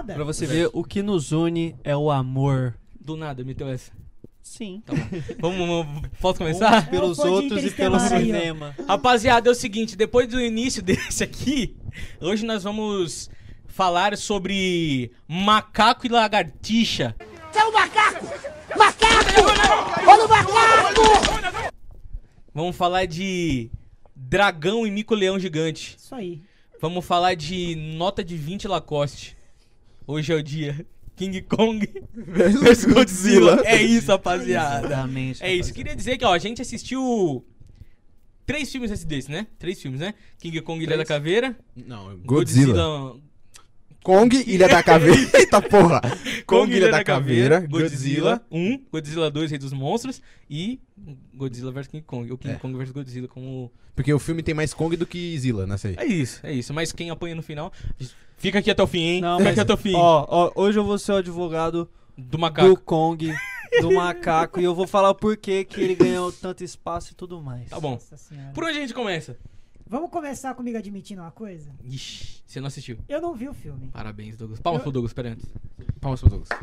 nada. Pra você ver, o que nos une é o amor. Do nada, meteu essa. Sim. Tá bom. Posso começar? Pelos fã de outros e pelo Interestelar aí, ó. cinema. Rapaziada, é o seguinte, depois do início desse aqui, hoje nós vamos falar sobre macaco e lagartixa. É o macaco! Macaco! Olha o macaco! Vamos falar de dragão e mico-leão gigante. Isso aí. Vamos falar de nota de 20 Lacoste. Hoje é o dia. King Kong vs Godzilla. É isso, rapaziada. Exatamente. É isso. Queria dizer que, ó, a gente assistiu 3 filmes desse, né? 3 filmes, né? King Kong, Ilha da Caveira. Não, Godzilla. Godzilla. Kong, Ilha da Caveira. Eita porra. Kong, Ilha da Caveira. Godzilla 1. Godzilla 2, Rei dos Monstros. E Godzilla vs King Kong. Ou King Kong vs Godzilla como... Porque o filme tem mais Kong do que Zilla, né? Sei. É isso. Mas quem apanha no final... Fica aqui até o fim, hein? Não, Fica mas, aqui até o fim. ó, hoje eu vou ser o advogado Do macaco. do Kong, do macaco, e eu vou falar o porquê que ele ganhou tanto espaço e tudo mais. Tá bom. Nossa senhora. Por onde a gente começa? Vamos começar comigo admitindo uma coisa? Ixi, você não assistiu. Eu não vi o filme. Parabéns, Douglas. Palmas pro Douglas, pera antes. Palmas pro Douglas.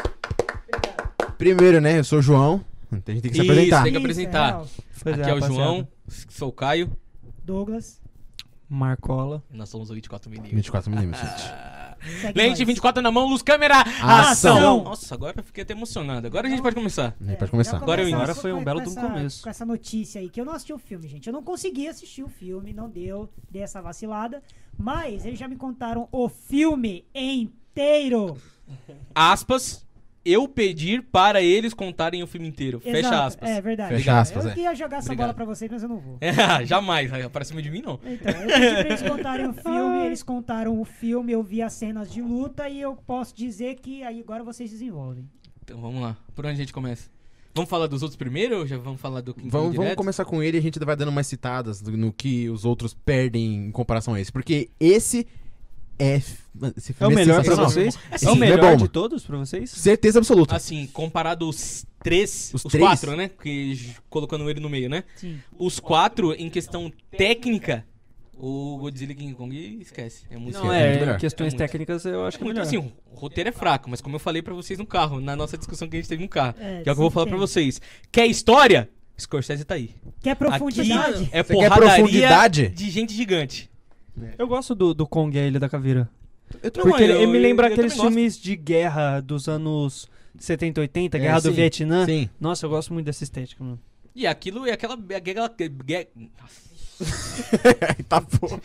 Primeiro, né? Eu sou o João. A gente tem que se Isso, apresentar. tem que Isso, apresentar. real. Pois Aqui é o rapaziada. João, sou o Caio. Douglas. Marcola. E nós somos o 24mm. 24mm. Segue Lente nós. 24 na mão, luz, câmera, Ação. Nossa, agora eu fiquei até emocionado. Agora a gente pode começar. A gente pode começar. Já Agora eu começa Agora foi um com belo de um essa- começo. Com essa notícia aí, que eu não assisti o filme, gente. Eu não consegui assistir o filme, não deu, dei essa vacilada. Mas eles já me contaram o filme inteiro. Aspas, eu pedir para eles contarem o filme inteiro. Fecha Exato, aspas. É verdade. Fecha aspas, Eu é. ia jogar essa Obrigado. bola pra vocês, mas eu não vou. É, jamais, pra cima de mim não. Então, eu pedi pra eles contarem o filme, eles contaram o filme, eu vi as cenas de luta e eu posso dizer que aí agora vocês desenvolvem. Então vamos lá, por onde a gente começa? Vamos falar dos outros primeiro ou já vamos falar do King Kong Vamos direto? começar com ele e a gente vai dando mais citadas no que os outros perdem em comparação a esse. Porque esse é... Esse É o filme melhor pra sensacional. vocês? Esse É o filme é melhor bom. de todos pra vocês? Certeza absoluta. Assim, comparado os três, Os os três? 4, né? Colocando ele no meio, né? Sim. Os 4, em questão técnica, o Godzilla e King Kong esquece. É muito Não, muito muito é, melhor. questões É muito. técnicas eu acho que é Muito melhor. assim, o roteiro é fraco, mas como eu falei pra vocês no carro, na nossa discussão que a gente teve no carro, É, que é o que eu vou sempre falar pra tem. vocês. Quer história? Scorsese tá aí. Quer profundidade? Aqui é Você quer porradaria profundidade? de gente gigante. Eu gosto do Kong, a Ilha da Caveira. Eu tô- Porque eu- ele me lembra eu aqueles também gosto. filmes de guerra dos anos 70, 80, Guerra do sim, Vietnã. Sim. Nossa, eu gosto muito dessa estética, mano. E aquilo é aquela Tá bom.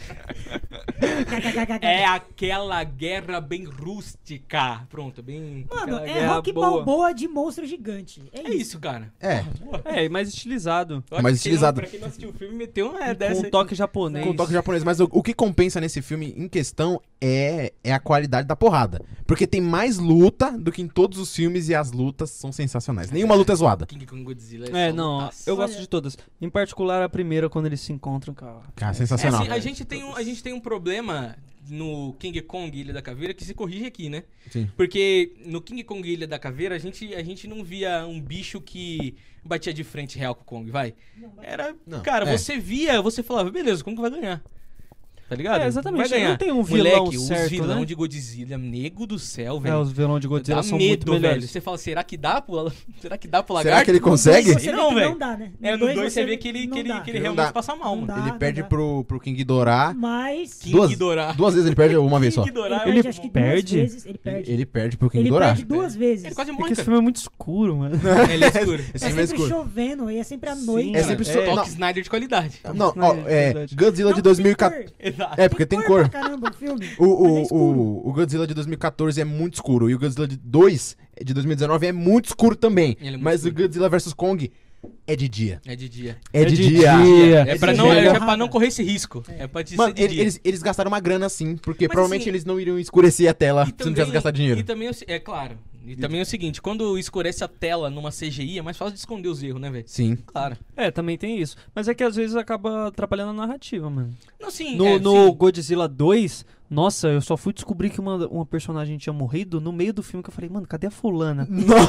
é aquela guerra bem rústica. Pronto, bem. Mano, aquela é guerra Rock boa. Balboa de monstro gigante. É isso, cara. É, É, mais estilizado. Eu acho Mais que quem não- estilizado. Pra quem não assistiu o filme, meteu uma Com dessa. um toque japonês. com toque japonês. Mas o que compensa nesse filme em questão é a qualidade da porrada. Porque tem mais luta do que em todos os filmes e as lutas são sensacionais. Nenhuma luta é zoada. King Kong Godzilla É, só não, lutaço. eu gosto Olha- de todas. Em particular, a primeira, quando eles se encontram, cara. Cara, É, sensacional. assim, a gente tem um problema no King Kong Ilha da Caveira que se corrige aqui, né? Sim. Porque no King Kong Ilha da Caveira a gente não via um bicho que batia de frente real com o Kong, vai. Era, Não, cara, é. você via, você falava, beleza, o Kong vai ganhar. Tá ligado? É, exatamente, Vai ganhar. não tem um vilão Moleque, certo, os vilão né? de Godzilla, nego do céu, É, velho. os vilões de Godzilla Dá são medo, muito melhores. velho. Você fala, será que dá pro será que dá pro Será lagarto? que ele consegue? No dois você vê Não, que velho. Não dá, né? É, no 2 você vê que ele, não dá. que ele Não realmente dá. passa mal, Não mano. dá. Ele perde dá. pro King Dorá. Mas... King Duas- Dorá. Duas vezes ele perde ou uma vez só? King Dorá. Ele acho que perde? duas vezes, ele perde. Ele perde pro King Ele Dorá. perde duas vezes. Ele quase É morre, que esse cara. filme é muito escuro, mano. Ele é escuro. Esse É filme é sempre escuro. chovendo e é sempre à Sim, noite. É sempre É. Toque Snyder de qualidade. Não, Não, ó, é verdade. Godzilla de Não, 2014. tem Exato. É, porque tem cor. pra caramba o filme. O, Mas é o, escuro. o Godzilla de 2014 é muito escuro. E o Godzilla de 2, de 2019, é muito escuro também. Ele é muito Mas escuro. o Godzilla vs Kong é de dia. É de dia. É de de dia. dia. É pra Esse não, é é porrada. pra não correr esse risco. É pra te Mano, ser de dia. eles gastaram uma grana assim, porque Mas provavelmente assim, eles não iriam escurecer a tela E se não também- tivesse gastado dinheiro. E também, é claro. E também é o seguinte, quando escurece a tela numa CGI, é mais fácil de esconder os erros, né, velho? Sim. Claro. É, também tem isso. Mas é que às vezes acaba atrapalhando a narrativa, mano. Não, sim. No sim. Godzilla 2, nossa, eu só fui descobrir que uma personagem tinha morrido no meio do filme, que eu falei, mano, cadê a fulana?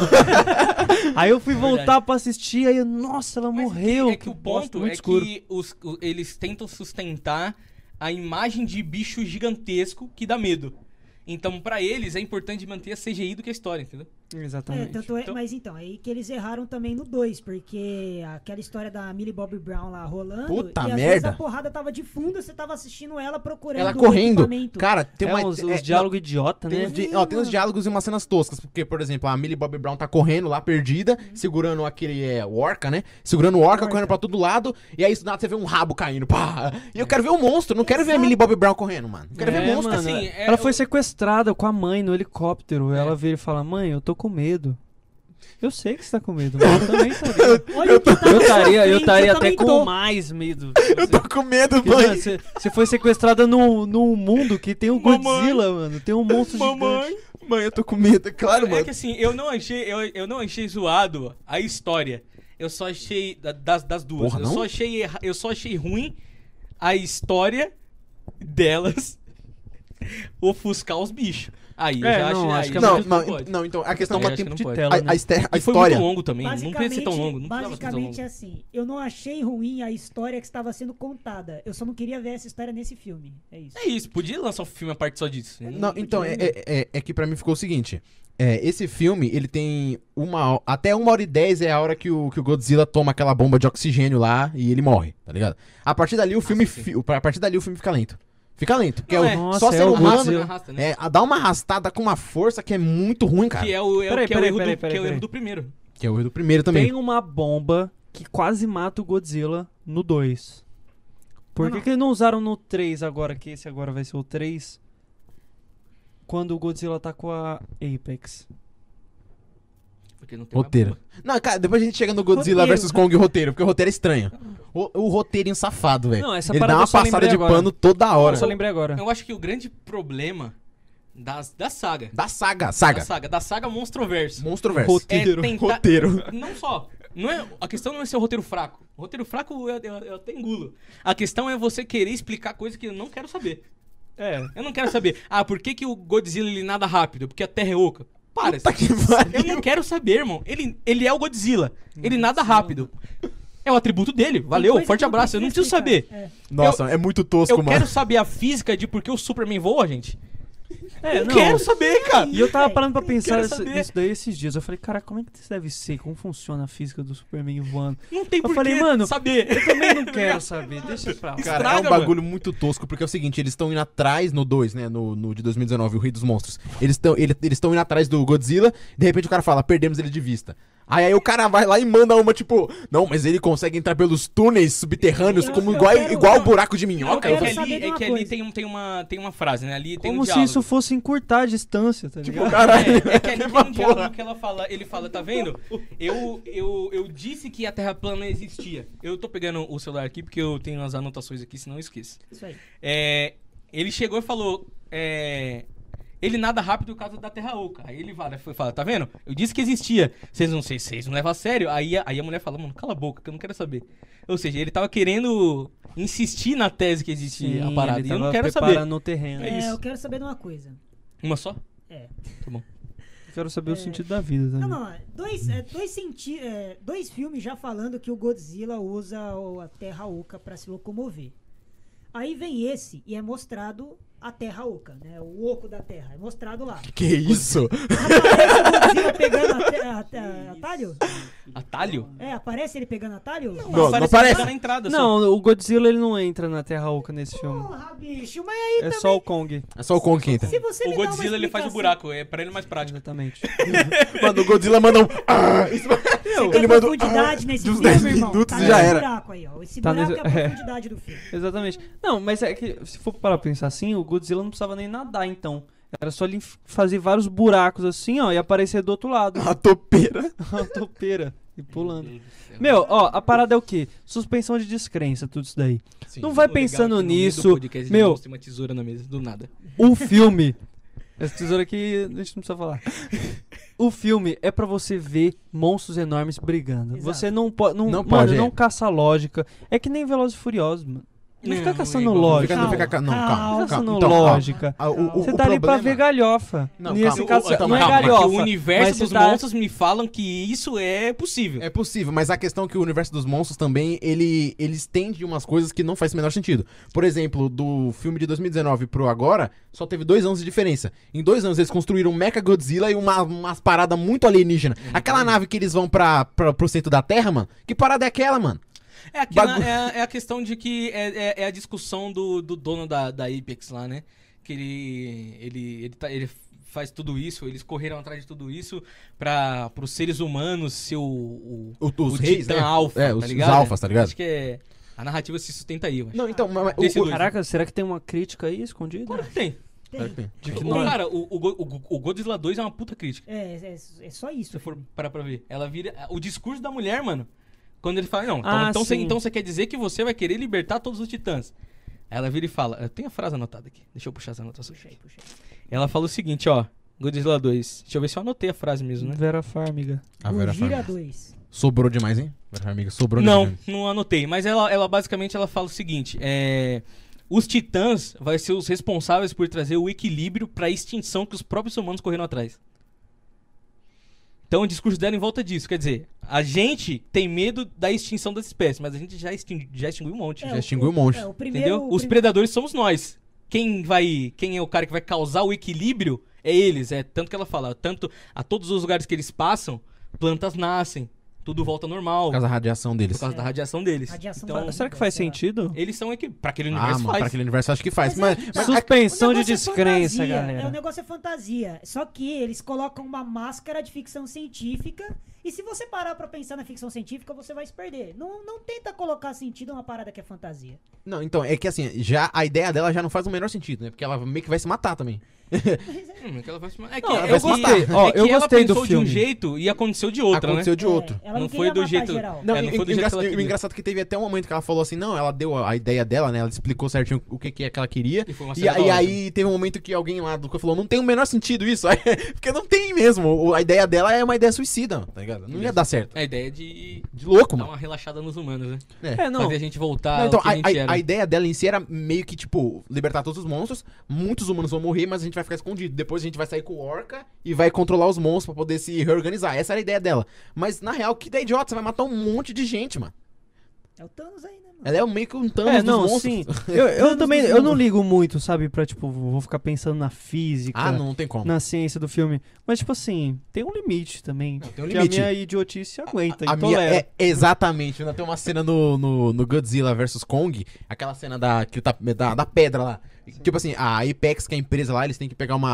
Aí eu fui voltar Verdade. pra assistir, aí eu, nossa, ela Mas morreu. É que o bosta, ponto muito é escuro. que eles tentam sustentar a imagem de bicho gigantesco que dá medo. Então, pra eles, é importante manter a CGI do que a história, entendeu? Exatamente. Tanto é, Então- mas então, aí que eles erraram também no 2, porque aquela história da Millie Bobby Brown lá rolando, Puta e às merda. vezes a porrada tava de fundo, você tava assistindo ela procurando Ela o correndo. equipamento. Cara, tem uma... Os diálogos idiota, Tem, né? tem uns diálogos e umas cenas toscas, porque, por exemplo, a Millie Bobby Brown tá correndo lá, perdida, segurando aquele, o orca, né? Segurando o orca, correndo pra todo lado, e aí do nada você vê um rabo caindo, pá! E eu quero ver o monstro, não quero ver a Millie Bobby Brown correndo, mano. Eu quero ver É, monstro. mano, assim, ela foi sequestrada com a mãe no helicóptero. É. Ela vira e fala: mãe, eu tô com medo. Eu sei que você tá com medo, mas eu também estaria. Olha o que tá Eu na sua estaria frente, até também com tô. mais medo. Eu tô com medo, Porque, mãe. mano, você foi sequestrada num mundo que tem um Godzilla, mano. Tem um monstro gigante. Mãe, eu tô com medo, claro, É mano. que assim, eu não achei zoado a história. Eu só achei das duas. Porra, eu, não? só achei ruim a história delas ofuscar os bichos. Aí eu É, já não, achei. acho que é já Não, acho que não, pode. não, então, a questão Aí é acho que não de pode. tela, né? a E foi história... muito longo também. Não podia ser tão longo. Não precisava ser tão Basicamente longo. assim, eu não achei ruim a história que estava sendo contada. Eu só não queria ver essa história nesse filme. É isso. É isso, podia lançar um filme a parte só disso. Não, então, é que pra mim ficou o seguinte. Esse filme, ele tem até 1h10 é a hora que o Godzilla toma aquela bomba de oxigênio lá e ele morre, tá ligado? A partir dali o filme, a partir dali o filme fica lento. Fica lento, porque Não, é, Nossa, só é ser o humano Godzilla. Arrasta, né? dá uma arrastada com uma força que é muito ruim, cara. Que é o Peraí, erro peraí. do primeiro. Que é o erro do primeiro também. Tem uma bomba que quase mata o Godzilla no 2. Por que eles não usaram no 3 agora, que esse agora vai ser o 3? Quando o Godzilla tá com a Apex. Porque não tem mais Roteiro. bomba. Não, cara, depois a gente chega no Godzilla Roteiro. vs Kong roteiro, porque o roteiro é estranho. O roteirinho safado, velho. Não, essa Ele dá parada uma eu só passada lembrei de agora. pano toda hora. Eu só lembrei agora. Eu acho que o grande problema da saga. Da saga. Da saga Monstroverso. Monstro-verso. Roteiro. tentar- Roteiro. Não só. A questão não é ser o roteiro fraco. O roteiro fraco eu até engulo. A questão é você querer explicar coisa que eu não quero saber. É. Eu não quero saber. Ah, por que o Godzilla ele nada rápido? Porque a Terra é oca. Para. Puta que pariu. Eu não quero saber, irmão. Ele é o Godzilla. Ele nada rápido. É o atributo dele. Valeu, coisa forte que abraço. Eu não preciso precisa saber. explicar. Nossa, é muito tosco, Eu mano. quero saber a física de por que o Superman voa, gente. É, Eu não. quero saber, cara. E eu tava parando pra pensar quero saber. nisso daí esses dias. Eu falei, cara, como é que isso deve ser? Como funciona a física do Superman voando? Não tem Eu por falei, que mano, saber. Eu também não quero saber, deixa pra lá. Cara, Estraga, é um bagulho muito tosco, porque é o seguinte, eles estão indo atrás no 2, né, no de 2019, o Rei dos Monstros. Eles estão indo atrás do Godzilla, de repente o cara fala, perdemos ele de vista. Aí o cara vai lá e manda uma, tipo, não, mas ele consegue entrar pelos túneis subterrâneos, Eu como quero- igual o não, buraco de minhoca. eu Eu quero falei, saber de uma ali coisa. tem uma frase, né? Ali tem Como um se diálogo. isso fosse encurtar a distância, tá ligado? caralho. É que ali tem Uma um diálogo porra. que ele fala, tá vendo? Eu disse que a Terra plana existia. Eu tô pegando o celular aqui porque eu tenho as anotações aqui, senão eu esqueço. Isso aí. Ele chegou e falou, ele nada rápido por causa da Terra Oca. Aí ele fala, tá vendo? Eu disse que existia. Vocês não levam a sério? Aí a mulher fala, mano, cala a boca, que eu não quero saber. Ou seja, ele tava querendo insistir na tese que existia a parada. ele E eu não tava quero saber. preparando o terreno. É isso. Eu quero saber de uma coisa. Uma só? É. Tá bom. Quero saber o sentido da vida também. Não. Dois filmes já falando que o Godzilla usa a Terra Oca pra se locomover. Aí vem esse e é mostrado a Terra Oca, né? O oco da Terra. É mostrado lá. que isso? Aparece o Godzilla pegando atalho? Atalho? Aparece ele pegando atalho? Não Ele aparece. tá na entrada só. Não, o Godzilla ele não entra na Terra Oca nesse filme. Porra, bicho, mas aí É também... só o Kong. É só o Kong que entra. Se você O me dá uma Godzilla ele faz o explicação- buraco, é pra ele mais prático. Exatamente. Mano, o Godzilla manda um... Isso... Você quer Ele manda profundidade nesse de uns filme, 10 irmão? minutos Tá e já nesse era. buraco aí, ó. Esse Tá buraco nesse- é a é. profundidade do filme. Exatamente. Não, mas é que se for parar pra pensar assim, o Godzilla não precisava nem nadar, então. Era só ele fazer vários buracos assim, ó, e aparecer do outro lado. A topeira. Uma topeira. E pulando. Meu, ó, a parada é o quê? Suspensão de descrença, tudo isso daí. Não vai pensando nisso. Meu, Tem uma tesoura na mesa, do nada. o filme. Essa tesoura aqui, a gente não precisa falar. O filme é pra você ver monstros enormes brigando. Exato. Você não pode. Não Não mano, pode, não caça lógica. É que nem Velozes e Furiosos, mano. Não fica Não, caçando é igual- lógica. Não fica. Não, Calma, calma. Não fica caçando Então, ó, lógica. Você tá ali pra ver galhofa. Não, Nesse calma. caso, Então, não é calma, que galhofa. o universo mas dos você tá- monstros me falam que isso é possível. É possível, mas a questão é que o universo dos monstros também, ele estende umas coisas que não faz o menor sentido. Por exemplo, do filme de 2019 pro agora, só teve 2 anos de diferença. Em 2 anos eles construíram um Mechagodzilla e umas paradas muito alienígenas. Aquela nave que eles vão pro centro da Terra, mano, que parada é aquela, mano? É a questão de que é a discussão do dono da Apex lá, né? Que ele faz tudo isso, eles correram atrás de tudo isso para os seres humanos ser Os reis, titã né? alfa, É, tá os ligado? alfas, tá ligado? Acho que a narrativa se sustenta aí, eu acho. Não, então, mas Desse dois. Caraca, será que tem uma crítica aí escondida? Claro que tem. De que Ô, não é. cara, o Godzilla 2 é uma puta crítica. É só isso. Se você for parar pra ver. Ela vira. O discurso da mulher, mano. Quando ele fala, não, então sim. você quer dizer que você vai querer libertar todos os titãs. Ela vira e fala. Tem a frase anotada aqui. Deixa eu puxar essa anotação. Puxa aí. Ela fala o seguinte, ó. Godzilla 2. Deixa eu ver se eu anotei a frase mesmo, né? Vera Farmiga. A Vera Gira Farmiga. 2. Sobrou demais, hein? Vera Farmiga, sobrou Não, demais. não anotei. Mas ela basicamente ela fala o seguinte: os titãs vai ser os responsáveis por trazer o equilíbrio pra extinção que os próprios humanos correram atrás. Então o discurso dela em volta disso. Quer dizer, a gente tem medo da extinção das espécies, mas a gente já extinguiu um monte. Já extinguiu um monte. O primeiro, Entendeu? Os predadores somos nós. Quem é o cara que vai causar o equilíbrio é eles. É tanto que ela fala, tanto a todos os lugares que eles passam, plantas nascem, tudo volta ao normal. Por causa da radiação deles. Por causa da radiação deles. Radiação Então, da- Será que faz sei lá. sentido? eles são pra aquele Ah, universo mano, faz. pra aquele universo acho que faz. Mas Mas, Suspensão O de negócio é descrença, fantasia, galera. O negócio é fantasia. Só que eles colocam uma máscara de ficção científica. E se você parar pra pensar na ficção científica, você vai se perder. Não tenta colocar sentido numa parada que é fantasia. não, então, é que assim, já a ideia dela já não faz o menor sentido, né? Porque ela meio que vai se matar também. Que ela vai se- é que, Não, é eu que- gostei. Ó, é que eu ela gostei do pensou de filme. um jeito e aconteceu de outra, Aconteceu né? de outro. Ela Não queria foi do matar jeito- geral. Não, não foi do jeito que ela o queria. engraçado é que teve até um momento que ela falou assim, não, ela deu a ideia dela, né? Ela explicou certinho o que é que ela queria. E foi uma E, cena da e hora. aí teve um momento que alguém lá do falou, não tem o menor sentido isso. Porque não tem mesmo. A ideia dela é uma ideia suicida, tá ligado? Não ia dar certo. A ideia de De louco, dar mano. uma relaxada nos humanos, né? É, não. Fazer a gente voltar Não, então, ao que a gente era. a ideia dela em si era meio que, tipo, libertar todos os monstros. Muitos humanos vão morrer, mas a gente vai ficar escondido. Depois a gente vai sair com o Orca e vai controlar os monstros pra poder se reorganizar. Essa era a ideia dela. Mas, na real, que ideia idiota. Você vai matar um monte de gente, mano. É o Thanos aí, né, mano? Ela é meio que um Thanos dos não, monstros. sim. Eu Thanos também, dos eu não monstros. ligo muito, sabe, pra, tipo, vou ficar pensando na física, Ah, não tem como. na ciência do filme. Mas, tipo assim, tem um limite também. tem um que limite. a minha idiotice aguenta, A e minha tolera. é exatamente. Ainda tem uma cena no Godzilla vs Kong, aquela cena da pedra lá. Tipo assim, a Apex, que é a empresa lá, eles têm que pegar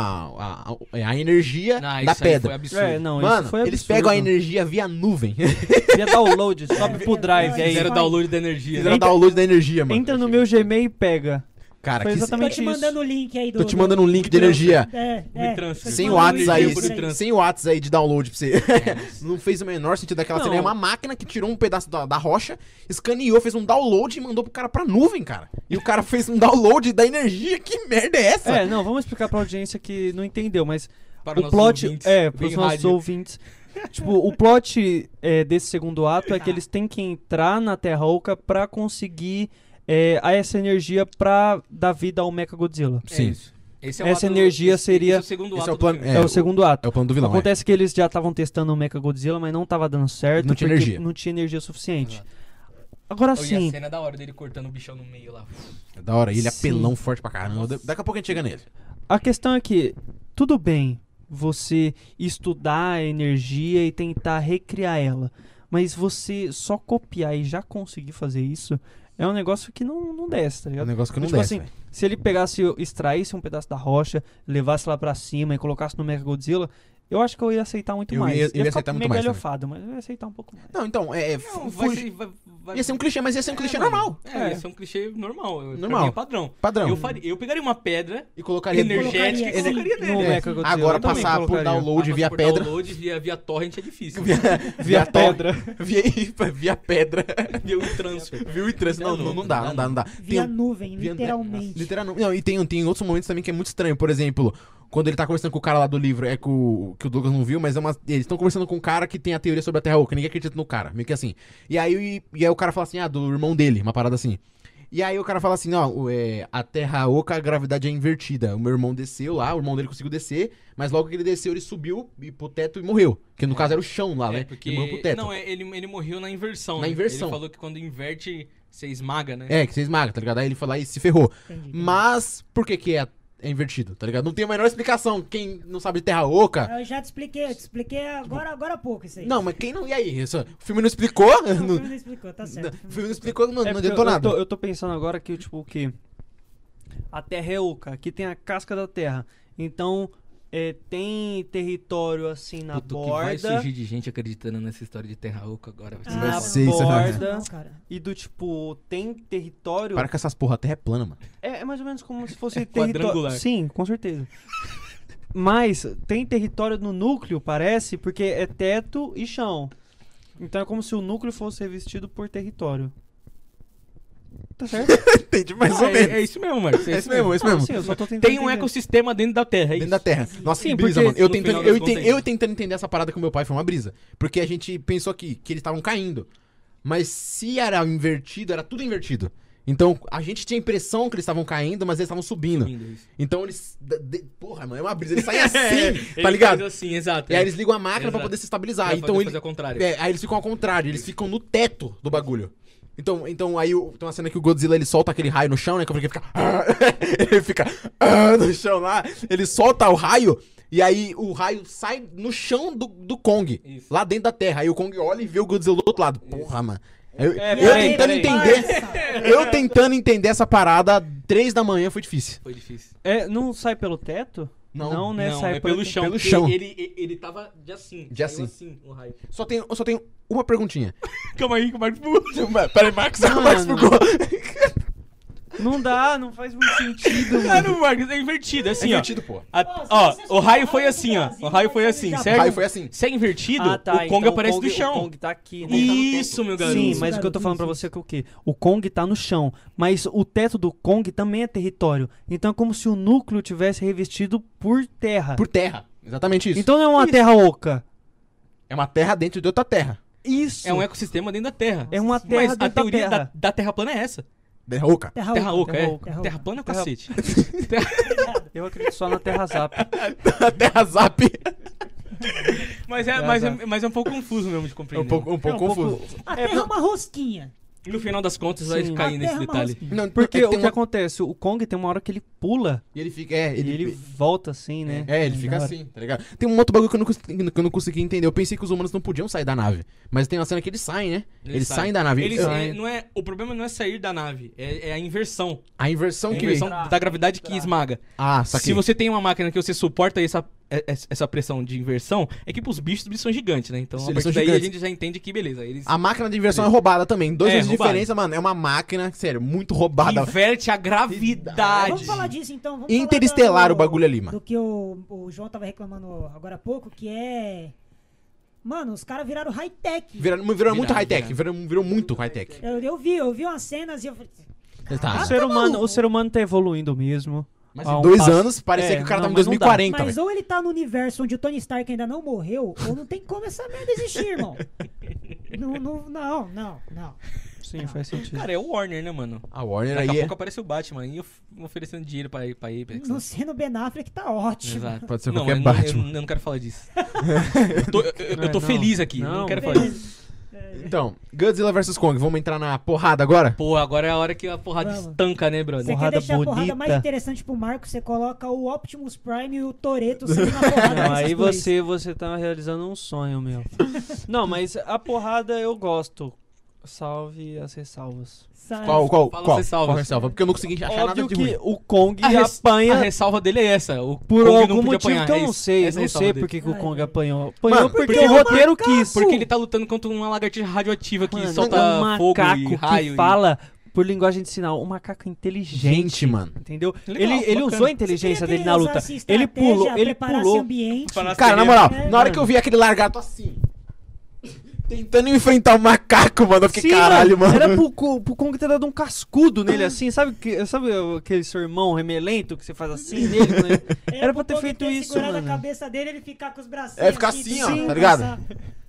a energia Ah, da isso aí foi pedra. absurdo. É, não, Mano, isso foi eles absurdo. pegam a energia via nuvem. Via download, sobe pro drive aí. Fizeram download da energia. Fizeram download da energia, mano. Entra no meu Gmail e pega. Cara, Foi que Tô exatamente te isso. mandando o link aí do... tô te mandando um link de energia. Transfer. Sem Tô te mandando watts o aí, link por aí. sem watts aí de download pra você. Não fez o menor sentido daquela Não. cena. É uma máquina que tirou um pedaço da rocha, escaneou, fez um download e mandou pro cara pra nuvem, cara. E o cara fez um download da energia. Que merda é essa? É, não, vamos explicar pra audiência que não entendeu, mas Para o os plot... ouvintes, pros bem nossos rádio. ouvintes. Tipo, o plot desse segundo ato é que eles têm que entrar na Terra Oca pra conseguir essa energia pra dar vida ao Mechagodzilla. É Sim. isso. Esse Essa ato- energia esse seria- é o segundo esse ato é o plano- do filme. É, o segundo ato. É o plano do vilão. Acontece que eles já estavam testando o Mechagodzilla, mas não tava dando certo. Não tinha porque energia. Não tinha energia suficiente. Exato. Agora E a sim, cena é da hora dele cortando o bichão no meio lá. É da hora. E ele é Sim. apelão forte pra caramba. Daqui a pouco a gente chega nele. a questão é que tudo bem você estudar a energia e tentar recriar ela, mas você só copiar e já conseguir fazer isso é um negócio que não desce, tá É um ligado? negócio que não Tipo desce, assim, velho. se ele pegasse, extraísse um pedaço da rocha, levasse lá pra cima e colocasse no Mechagodzilla, eu acho que eu ia aceitar muito Eu mais. ia ficar aceitar muito meio mais galhofado, mas eu ia aceitar um pouco mais. Não, então, Não, vai fugi- ser, vai- ia ser um clichê, mas ia ser um clichê mano. normal. Ia ser um clichê normal. Pra Normal. mim é padrão. Padrão. Eu pegaria uma pedra E colocaria energética e Colocaria, colocaria sim. nele. No É. Mechagodzilla, Agora eu também passar por colocaria. download via por pedra. download via torrent é difícil. Via pedra. Via pedra. Via o transfer. Viu e trans. Não, não dá, não dá. Via Tem- nuvem, via- literalmente. Literalmente. Não, e tem outros momentos também que é muito estranho. Por exemplo, quando ele tá conversando com o cara lá do livro, que o Douglas não viu, mas eles estão conversando com um cara que tem a teoria sobre a Terra Oca. Ninguém acredita no cara, meio que assim. E aí o cara fala assim, do irmão dele, uma parada assim. E aí o cara fala assim, ó, a Terra Oca, a gravidade é invertida. O meu irmão desceu lá, o irmão dele conseguiu descer, mas logo que ele desceu, ele subiu pro teto e morreu. Que no caso era o chão lá, né? Porque... Ele morreu pro teto. Não, ele morreu na inversão. Na né? inversão. Ele falou que quando inverte, você esmaga, né? É, que você esmaga, tá ligado? Aí ele foi lá e se ferrou. Entendi. Mas, por que é invertido, tá ligado? Não tem a menor explicação. Quem não sabe de Terra Oca... Eu já te expliquei agora há pouco isso aí. Não, mas quem não... E aí? O filme não explicou? Não, o filme não explicou, tá certo. O filme não explicou, não É porque adiantou nada. eu tô pensando agora que, tipo, o quê? A Terra é oca, aqui tem a casca da Terra. Então, tem território assim na Puto, que vai borda. surgir de gente acreditando nessa história de Terra Oca agora. Vai ser vai Na ser isso, borda. Não, cara. E do tipo, tem território. Para com essas porra, a Terra é plana, mano. É mais ou menos como se fosse quadrangular. território. Sim, com certeza. Mas tem território no núcleo, parece, porque é teto e chão. Então é como se o núcleo fosse revestido por território. Tá certo? Entendi mais Ah, ou menos. é isso mesmo, Marcos. É isso mesmo, é isso Não, mesmo. sim, eu só tô tentando Tem um entender. ecossistema dentro da Terra, é Dentro isso. da Terra. Nossa, Sim, que brisa, porque mano. Eu no final tentando, das eu, contas enten- é eu tentando entender essa parada com meu pai foi uma brisa. Porque a gente pensou aqui que eles estavam caindo. Mas se era invertido, era tudo invertido. Então a gente tinha a impressão que eles estavam caindo, mas eles estavam subindo. Isso. Então eles. Porra, mano, é uma brisa. Eles saem assim, Ele tá ligado? faz assim, exato. E aí eles ligam a máquina pra Exato. poder se estabilizar. Pra Então poder ele. fazer ao contrário. Aí eles ficam ao contrário, eles ficam no teto do bagulho. Então aí tem uma cena que o Godzilla ele solta aquele raio no chão, né? Que eu falei que fica. Ele fica no chão lá. Ele solta o raio. E aí o raio sai no chão do Kong. Isso. Lá dentro da Terra. Aí o Kong olha e vê o Godzilla do outro lado. Porra, mano. Eu peraí, tentando peraí. entender. Eu tentando entender essa parada 3 da manhã foi difícil. Foi difícil. Não sai pelo teto? Não. né? Não, sai é pelo chão. Pelo porque chão. Ele tava de assim. De saiu assim. o raio. Eu só tenho uma perguntinha. Calma aí que o Marcos... Peraí, Marcos, Mano. Marcos ficou. Não dá, não faz muito sentido, Ah, mano. não, Marcos, é invertido, é assim, É invertido, pô. ó. O raio foi assim, ó. O raio foi assim, O certo? raio foi assim. Se é invertido, Ah, tá. o Kong então aparece o Kong, do chão. O Kong tá aqui, né? Isso, meu garoto. Sim, Isso, mas o que eu tô garoto, falando pra isso, você é que o quê? O Kong tá no chão, mas o teto do Kong também é território. Então é como se o núcleo tivesse revestido por terra. Por terra. Exatamente isso. Então não é uma terra oca. É uma terra dentro de outra terra. Isso. É um ecossistema dentro da Terra. É uma terra Mas a dentro da teoria terra. da Terra plana é essa. Terra oca. Terra Terra oca. oca, Terra é. oca. Terra plana é o Terra- cacete. Eu acredito só na Terra Zap. A terra zap. Mas é um pouco confuso mesmo de É compreender. um pouco confuso. A Terra é uma rosquinha. No final das contas vai Sim. cair A nesse Terra é uma detalhe. rosquinha. Não, Porque é que o tem que uma- acontece? O Kong tem uma hora que ele pula E ele fica. e ele volta assim, né? Ele fica Da hora. assim, tá ligado? Tem um outro bagulho que eu não consegui entender. Eu pensei que os humanos não podiam sair da nave. Mas tem uma cena que eles saem, né? Eles saem da nave. Eles, Eu- não é, o problema não é sair da nave, é a inversão. A inversão A que. inversão da gravidade que esmaga. Ah, Se saquei. você tem uma máquina que você suporta essa pressão de inversão, é que pros bichos, os bichos são gigantes, né? Então, Eles a partir são daí gigantes. a gente já entende que, beleza, eles A máquina de inversão é roubada também. 2 anos de roubada. diferença, mano. É uma máquina, sério, muito roubada. inverte a gravidade. Vamos falar disso então. Vamos Interestelar falar o bagulho ali, mano. Do que o João tava reclamando agora há pouco, que é... Mano, os caras viraram high-tech. Virou muito high-tech. Virou muito high-tech. Eu vi umas cenas e eu falei... Tá. O ser humano tá evoluindo mesmo. Mas Há em um 2 passo- anos, parecia que o cara tá em mas não dá. 2040, Mas velho. ou ele tá no universo onde o Tony Stark ainda não morreu, ou não tem como essa merda existir, irmão. Não. Sim, faz sentido. Cara, é o Warner, né, mano? A Warner Daqui a aí é... pouco aparece o Batman e oferecendo dinheiro pra Apex. Não sendo Ben Affleck tá ótimo. Exato. Pode ser Não, qualquer eu Batman. Eu não quero falar disso. eu tô Não. feliz aqui, Não, não quero falar disso. Então, Godzilla vs Kong, vamos entrar na porrada agora? Pô, agora é a hora que a porrada Vamos. estanca, né, Você brother? quer Porrada deixar a porrada bonita. mais interessante pro Marco, você coloca o Optimus Prime e o Toretto saindo na porrada. Não, aí desses dois. você tá realizando um sonho, meu. Não, mas a porrada eu gosto. Salve as ressalvas. Sabe? Qual Fala ressalvas. Qual ressalva? Porque eu não consegui achar nada Óbvio de que ruim. o Kong A apanha ressalva dele é essa. O por Kong algum não podia motivo apanhar. que eu é não isso. sei. Essa é a Não ressalva sei dele. por que o Kong Ai, apanhou. Apanhou Mano, porque porque o é um roteiro quis. Porque ele tá lutando contra uma lagartixa radioativa que Mano, solta um fogo macaco e raio. que fala por linguagem de sinal. Um macaco inteligente, Gente, mano. Entendeu? Legal, ele bacana. usou a inteligência Você dele na queria luta. usar essa Ele pulou, estratégia, ele preparar pulou. esse ambiente. Para- Cara, na moral, É, na hora mano. que eu vi aquele lagarto assim, tentando enfrentar o macaco, mano, eu fiquei, Sim, caralho, mano. Era pro Kong ter dado um cascudo nele assim, sabe aquele seu irmão remelento que você faz assim nele? Né? Era pra ter feito isso, segurado mano. a cabeça dele, ele ficar com os bracinhos É, ficar aqui, assim, tentando ó, tá ligado? passar.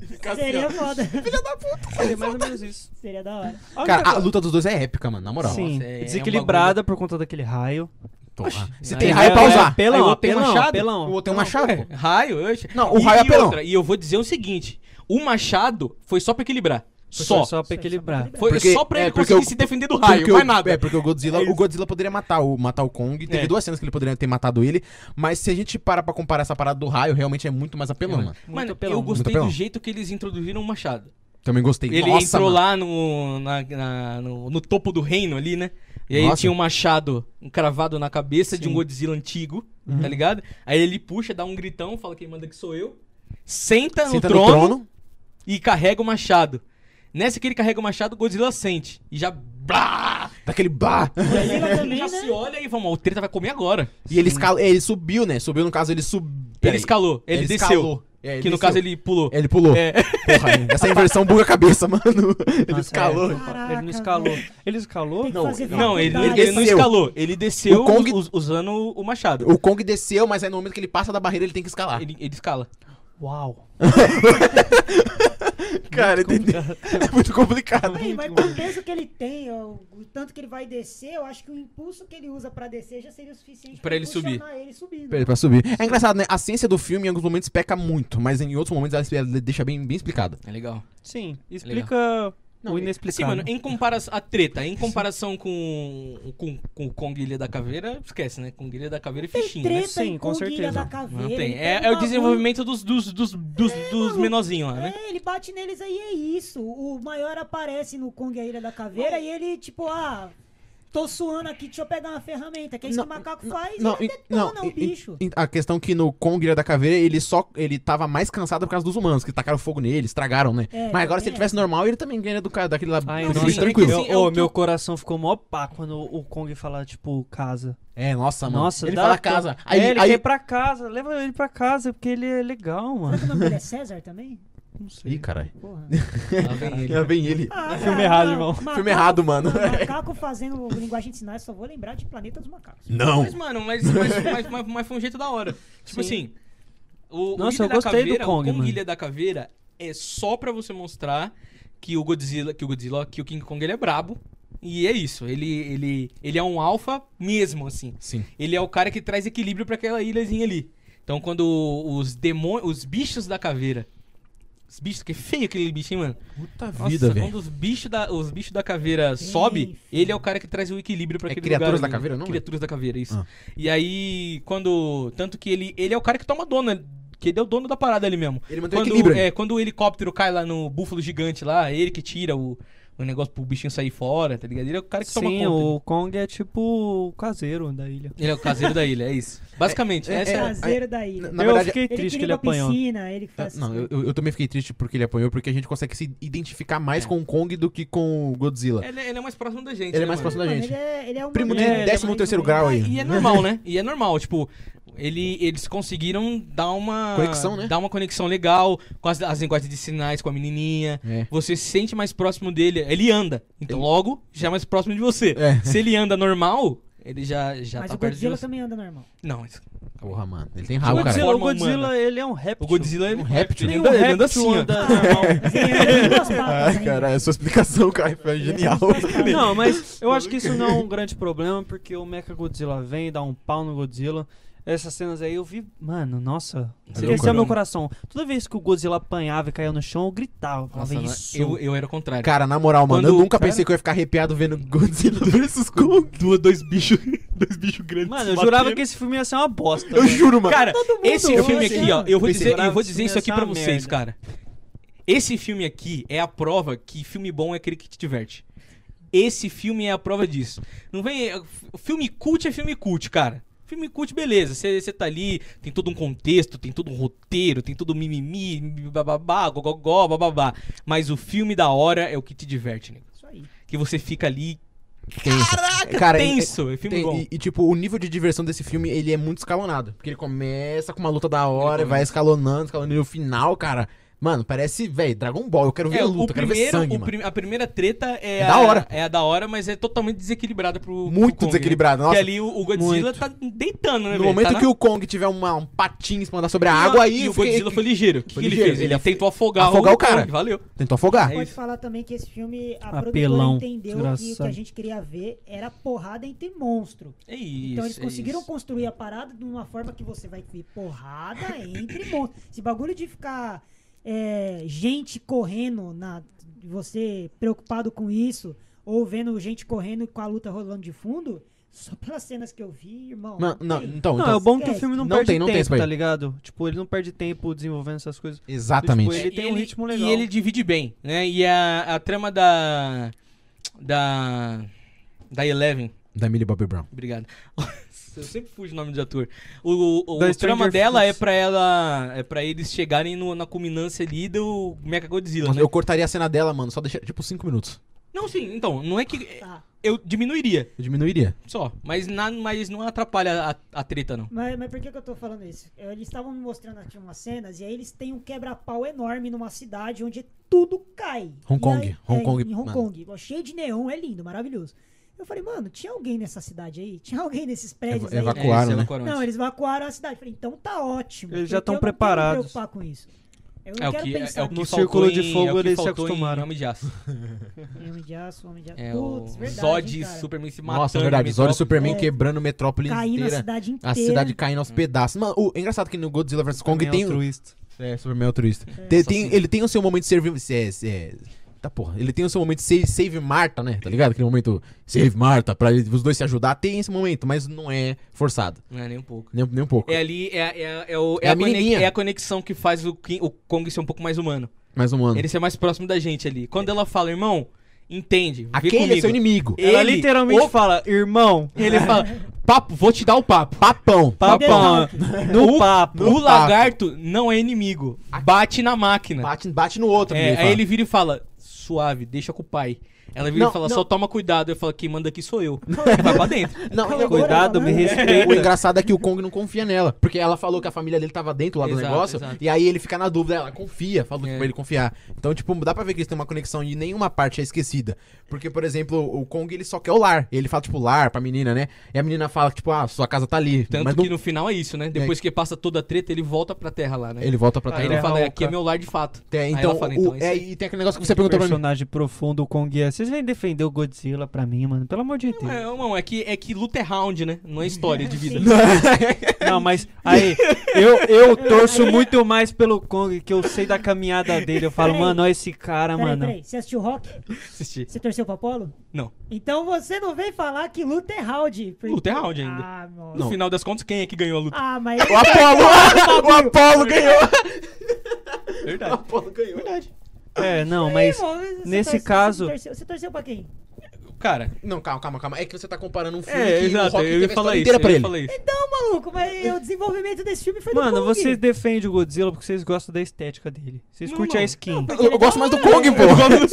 Fica assim, Seria ó. foda. Seria mais ou menos isso. Seria da hora. Cara, a luta dos dois é épica, mano, na moral. Sim, Nossa, é desequilibrada por conta daquele raio. Porra. Você Aí tem é- raio pra é- usar. Aí o outro tem machado? O Pelão. outro tem um machado, pô. Raio, oxe. Não, o raio é apelão. E eu vou dizer o seguinte: o machado foi só pra equilibrar. Só. Só pra equilibrar. Foi Porque- só pra ele porque conseguir o- se defender do raio, Porque mais nada. É, porque o Godzilla poderia matar o Kong. Teve É. 2 cenas que ele poderia ter matado ele. Mas se a gente parar pra comparar essa parada do raio, realmente é muito mais apelão, mano. Mano, apelão, eu muito gostei apelão. do jeito que eles introduziram o machado. Também gostei. Ele Nossa, entrou mano. lá no topo do reino ali, né? E aí Nossa. tinha um machado encravado na cabeça de um Godzilla antigo, tá ligado? Aí ele puxa, dá um gritão, fala quem manda que sou eu. Senta no Senta trono e carrega o machado. Nessa que ele carrega o machado, o Godzilla sente. E já... Blá! daquele bah. Godzilla também, Já né? se olha e vamos, o treta vai comer agora. E ele ele subiu, né? Subiu, no caso, ele subiu. Ele escalou, ele desceu. escalou. É, Que no desceu. caso ele pulou. Ele pulou. É. Porra, essa inversão buga a cabeça, mano. Ele Nossa, escalou. é. Caraca, Ele não escalou. Ele escalou? Tem que Não, fazer Não, ele faculdade. não desceu. escalou. Ele desceu O Kong- usando o machado. O Kong desceu, mas aí no momento que ele passa da barreira, ele tem que escalar. Ele escala. Uau. Cara, entendeu? É muito complicado. Ei, mas com o peso que ele tem, ó, o tanto que ele vai descer, eu acho que o impulso que ele usa pra descer já seria o suficiente Pra ele subir. impulsionar ele subindo. Pra subir. É engraçado, né? A ciência do filme em alguns momentos peca muito, mas em outros momentos ela deixa bem explicado. É legal. Sim, explica o Assim, inexplicável. mano, em comparação... A treta, em comparação com o Kong Ilha da Caveira, esquece, né? Kong Ilha da Caveira e Tem fichinho, né? treta Sim, em com Kong Ilha certeza. da Caveira. Não tem. ele É pega o um desenvolvimento dos menorzinhos lá, né? É, ele bate neles aí, é isso. O maior aparece no Kong a Ilha da Caveira e ele, tipo, tô suando aqui, deixa eu pegar uma ferramenta. Que é isso que o macaco faz e ele detona o bicho. A questão que no Kong Ilha da Caveira, ele tava mais cansado por causa dos humanos, que tacaram fogo nele, estragaram, né? É, Mas agora se ele é. tivesse normal, ele também ganha daquele lá, Ai, do não, bicho sim, tranquilo. é que assim, Meu coração ficou mó pá quando o Kong fala, tipo, casa. É, nossa, mano. Nossa, ele dá fala pra- casa. Ele quer ir pra casa, leva ele pra casa, porque ele é legal, mano. Será que o nome dele é César também? Não sei. Ih, caralho. Porra. Lá vem ele. Já vem ele. Filme errado, irmão. Filme errado, mano. Macaco fazendo linguagem de sinais, só vou lembrar de Planeta dos Macacos. Não. Mas, mano, mas foi um jeito da hora. Tipo Sim. assim, o Nossa, Ilha eu da gostei do Caveira, Kong, o Kong mano. Ilha da Caveira é só pra você mostrar que o King Kong ele é brabo. E é isso, ele é um alfa mesmo, assim. Sim. Ele é o cara que traz equilíbrio pra aquela ilhazinha ali. Então quando os bichos da caveira... Os bichos, que feio aquele bichinho, mano. Puta Nossa, vida, velho. quando os bichos da caveira sobe, ele é o cara que traz o equilíbrio pra É aquele Criaturas lugar da ali. Caveira, não, Criaturas da Caveira, isso. Ah. E aí, tanto que ele é o cara que toma dono, que ele é o dono da parada ali mesmo. Ele mantém o equilíbrio. Quando o helicóptero cai lá no búfalo gigante lá, ele que tira o negócio pro bichinho sair fora, tá ligado? Ele é o cara que toma Sim, conta. o Kong é tipo o caseiro da ilha. Ele é o caseiro da ilha, é isso. Basicamente, essa é a... Caseiro da ilha. Na eu verdade, fiquei Ele triste que cria ele uma apanhou. piscina, ele que faz Não, essas coisas. eu também fiquei triste porque ele apanhou, porque a gente consegue se identificar mais com o Kong do que com o Godzilla. ele é mais próximo da gente, Ele é né, mais mano? próximo da Mano, gente. ele é um Primo de modelo, ele é 13º muito grau bem. aí. E é normal, né? E é normal, tipo, eles conseguiram dar uma... Conexão, né? Dar uma conexão legal com as linguagens de sinais, com a menininha. É. Você se sente mais próximo dele. Ele anda, então logo já é mais próximo de você. É. Se ele anda normal, ele já Mas tá o perto de Godzilla você. também anda normal. Não, mas Porra, mano. Ele tem O rabo, cara. Godzilla, o Forma Godzilla, humana. ele é um réptil. o Godzilla é Um réptil? Nem Ele um anda réptil assim, ó. anda normal. Mas ele anda com duas patas Ai, ainda. cara, a sua explicação, cara, foi genial. Não, mas eu acho que isso não é um grande problema, porque o Mechagodzilla vem, dá um pau no Godzilla. Essas cenas aí eu vi, mano, nossa, Você aqueceu viu? meu coração. Toda vez que o Godzilla apanhava e caía no chão, eu gritava. Falava Nossa, isso. eu era o contrário. Cara, na moral, mano, Quando eu nunca o cara- pensei que eu ia ficar arrepiado vendo Godzilla vs Kong. Dois bichos grandes. Mano, eu jurava que esse filme ia ser uma bosta. Eu mano. juro, mano. Cara, esse mundo filme hoje, aqui, ó, mano. eu vou Pensei, dizer bravo, isso aqui essa pra merda. vocês, cara. Esse filme aqui é a prova que filme bom é aquele que te diverte. Esse filme é a prova disso. Não vem. Filme cult é filme cult, cara. Filme cult, beleza. Você tá ali, tem todo um contexto, tem todo um roteiro, tem todo mimimi, bababá, gogogó, bababá. Mas o filme da hora é o que te diverte, nego. Isso aí. Que você fica ali. Caraca, cara, tenso! É filme bom. E, tipo, o nível de diversão desse filme, ele é muito escalonado. Porque ele começa com uma luta da hora, vai escalonando, e no final, cara... Mano, parece, velho, Dragon Ball. Eu quero ver a luta, eu quero ver sangue, mano. A primeira treta é da hora. É a da hora, mas é totalmente desequilibrada pro Muito Kong, desequilibrado, né? nossa. Porque ali o Godzilla Muito. tá deitando, né, No velho? momento Tá que o Kong tiver um patinho em cima andar sobre a água, aí... E eu o fiquei- Godzilla foi ligeiro. O que, Foi que ele ligeiro. fez? Ele Ele tentou afogar o cara. Kong, valeu. Tentou afogar. É Pode isso. falar também que esse filme, a Apelão, produtora entendeu que o que a desgraçado. gente queria ver era porrada entre monstros. É isso. Então eles é conseguiram isso. construir a parada de uma forma que você vai ver porrada entre monstros. Esse bagulho de ficar gente correndo, você preocupado com isso, ou vendo gente correndo com a luta rolando de fundo, só pelas cenas que eu vi, irmão. Não, então... Não, é o bom que o esquece. filme não, Não perde tem, não tem tempo, isso aí. tá ligado? Tipo, ele não perde tempo desenvolvendo essas coisas. Exatamente. Tipo, ele tem um ritmo legal. E ele divide bem, né? E a trama da Eleven, Da Millie Bobby Brown. obrigado. Eu sempre fujo o nome de ator. O Da trama Stranger dela Things. é pra eles chegarem na culminância ali do Mechagodzilla, Nossa, né? eu cortaria a cena dela, mano, só deixar, tipo, 5 minutos. Não, sim, então, não é que... Tá. Eu diminuiria, Eu diminuiria. só. Mas não atrapalha a treta, não. Mas por que eu tô falando isso? Eles estavam me mostrando aqui umas cenas e aí eles têm um quebra-pau enorme numa cidade onde tudo cai. Hong E Kong, aí- Hong Kong, em Hong mano. Kong. Cheio de neon, é lindo, maravilhoso. Eu falei, mano, tinha alguém nessa cidade aí? Tinha alguém nesses prédios aí? Evacuaram, né? Não, eles evacuaram a cidade. Eu falei, então tá ótimo. Eles já porque tão eu não tenho que preparados. me preocupar com isso. Eu não É o quero que, pensar é o que No faltou Círculo de em- Fogo é o que eles se faltou acostumaram. Em Homem de Aço. Homem de Aço, Homem de Aço. É Putz, o verdade, Zod hein, e cara. Superman se matando. Nossa, verdade. em Zod e Metrópolis. Superman É. quebrando Metrópolis Caindo a inteira. cidade inteira. A cidade caindo aos pedaços. Mano, é engraçado que no Godzilla vs Kong tem... altruísta. Superman altruísta. Só assim. Ele tem o seu momento de servir... Tá, porra. Ele tem o seu momento de save Marta, né? Tá ligado? Aquele momento save Marta, pra os dois se ajudar. Tem esse momento, mas não é forçado. Não é nem um pouco. Nem um pouco. É ali, É a menininha. é a conexão que faz o Kong ser um pouco mais humano. Mais um ano. Ele ser mais próximo da gente ali. Quando ela fala, irmão, entende, vem Aquele comigo. é seu inimigo. Ela Ele- literalmente o- fala, irmão, Ele fala, papo, vou te dar o papo. Papão. papão, no papo. O lagarto não é inimigo. Bate na máquina. Bate no outro. É, aí fala. ele vira e fala, suave, deixa com o pai. Ela vira Não, e fala, não. só toma cuidado. Eu falo, quem manda aqui sou eu. Ele vai pra dentro. Não, Calma, Cuidado, me né? respeita. o engraçado é que o Kong não confia nela. Porque ela falou que a família dele tava dentro lá do Exato, negócio. exato. E aí ele fica na dúvida. Ela confia, falou É. pra ele confiar. Então, tipo, dá pra ver que eles têm uma conexão e nenhuma parte é esquecida. Porque, por exemplo, o Kong ele só quer o lar. Ele fala, tipo, lar pra menina, né? E a menina fala, tipo, sua casa tá ali. Tanto Mas que não- no final é isso, né? Depois que passa toda a treta, ele volta pra terra lá, né? ele volta pra Ah, Aí terra. ele fala, Terra aqui é Oca. meu lar de fato. É, Aí então, ela fala, então, é isso aí. e tem aquele negócio que você perguntou pra mim. Personagem profundo, o Kong é. Vocês vêm defender o Godzilla pra mim, mano. Pelo amor de Deus. Não, é que luta é round, né? Não é história de vida. Não, mas aí, eu torço muito mais pelo Kong, que eu sei da caminhada dele. Eu falo, Peraí. mano, olha esse cara, mano. Peraí, você assistiu Rock? Assistir. Você torceu pra Apollo? Não. Então você não vem falar que luta é round. porque- Luta é round ainda. Ah, nossa. No final das contas, quem é que ganhou a luta? Ah, mas... O Apollo! O Apollo ganhou! O Verdade. Apollo ganhou. É, não, mas Irmão, você nesse caso- Você torceu pra quem? Cara, Não, calma. É que você tá comparando um filme é, que o exato. Rock Eu teve ia a falar história isso. inteira pra Eu ia ele. falar isso. Então, maluco, mas o desenvolvimento desse filme foi do Mano, Kong. vocês defendem o Godzilla porque vocês gostam da estética dele. Vocês curtem a skin. Eu gosto mais do Kong, pô.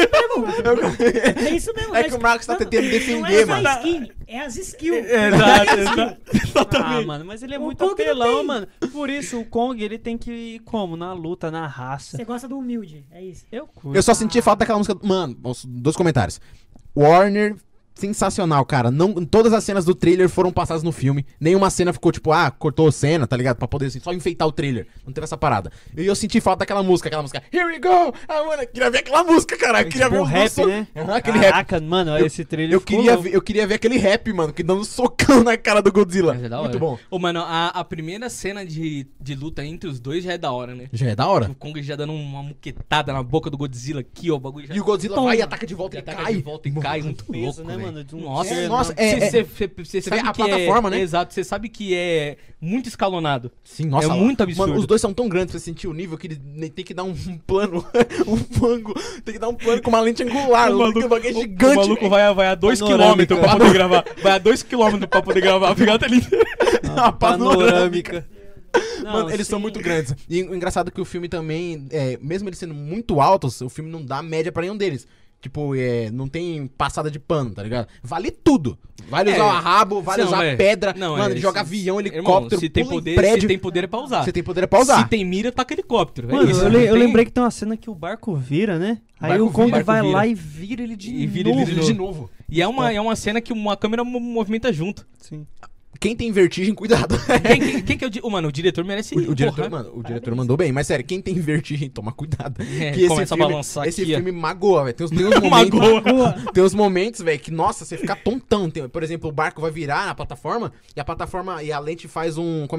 É isso mesmo. É que o Marcos tá tentando defender, Não é só mano. a skin, é as skills. Exato. Ah, mano, mas ele é O muito Kong não apelão, tem. mano. Por isso, o Kong, ele tem que ir como? Na luta, na raça. Você gosta do humilde, é isso. Eu curto. Eu só senti falta daquela música. Mano, dois comentários. Warner, sensacional, cara. Não, todas as cenas do trailer foram passadas no filme. Nenhuma cena ficou tipo, cortou cena, tá ligado? Pra poder assim, só enfeitar o trailer. Não teve essa parada. E eu senti falta daquela música, Here we go! Ah, mano, eu queria ver aquela música, cara. Eu queria ver Tipo, os rap, dois né? Aquele rap. Caraca, mano, esse trailer Eu ficou queria, louco. eu queria ver aquele rap, mano, que dando um socão na cara do Godzilla. Mas é da hora. Muito bom. Ô, mano, a primeira cena de luta entre os dois já é da hora, né? Já é da hora. O Kong já dando uma muquetada na boca do Godzilla aqui, ó. O bagulho já. E o Godzilla Toma. vai e ataca de volta Ele e ataca cai. de volta e cai. Muito peso, louco, né, velho. mano? De um Nossa, ser, nossa, Você Você sabe vê a que plataforma, né? Exato, você sabe que é muito escalonado. Sim, nossa. É muito absurdo. Mano, os dois são tão grandes pra você sentir o nível que ele tem que dar um plano. Tem que dar um plano com uma lente angular. O bagulho é gigante. O maluco velho. vai a 2 Panorâmica. km pra poder gravar. Vai a 2 km pra poder gravar a pegada ali. Uma panorâmica. Não, Mano, eles são sim. muito grandes. E o engraçado é que o filme também, mesmo eles sendo muito altos, o filme não dá média pra nenhum deles. Tipo, não tem passada de pano, tá ligado? Vale tudo. Vale usar o rabo, vale Não, usar pedra. Não, mano, ele joga se- avião, Irmão, helicóptero, se tem pula em poder, prédio. se tem poder é pra usar. Se tem poder é pra usar. Se tem mira, taca helicóptero. É Mano, isso. eu Não tem- lembrei que tem uma cena que o barco vira, né? Aí Barco o Kong vira, vai barco lá vira. e vira ele de E vira novo. ele de novo. E é uma cena que uma câmera movimenta junto. Sim. Quem tem vertigem, cuidado. Quem que é o... Mano, o diretor merece... O diretor, porra. mano, o diretor mandou bem, mas sério, quem tem vertigem, toma cuidado. É, Que começa a balançar esse aqui, ó. filme magoa, velho. Tem uns momentos, Boa. tem uns momentos, velho, que, nossa, você fica tontão. Por exemplo, o barco vai virar na plataforma e a lente faz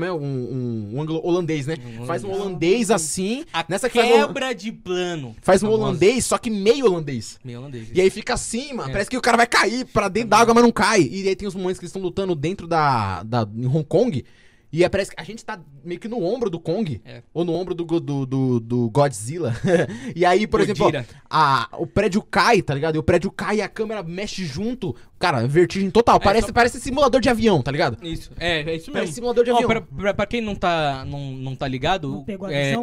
um ângulo holandês, né? Faz um holandês assim, A nessa que faz um, quebra de plano. faz um Famosa. holandês, só que meio holandês. Meio holandês. E aí fica assim, mano. É. Parece que o cara vai cair pra dentro da água, mas não cai. E aí tem os momentos que eles estão lutando dentro em Hong Kong. E parece que a gente tá meio que no ombro do Kong. É. Ou no ombro do Godzilla. E aí, por exemplo, Godira. o prédio cai, tá ligado? E o prédio cai e a câmera mexe junto. Cara, vertigem total. Parece simulador de avião, tá ligado? Isso, é isso Parece mesmo. simulador de Ó, avião. pra quem não tá ligado, Não pegou a visão?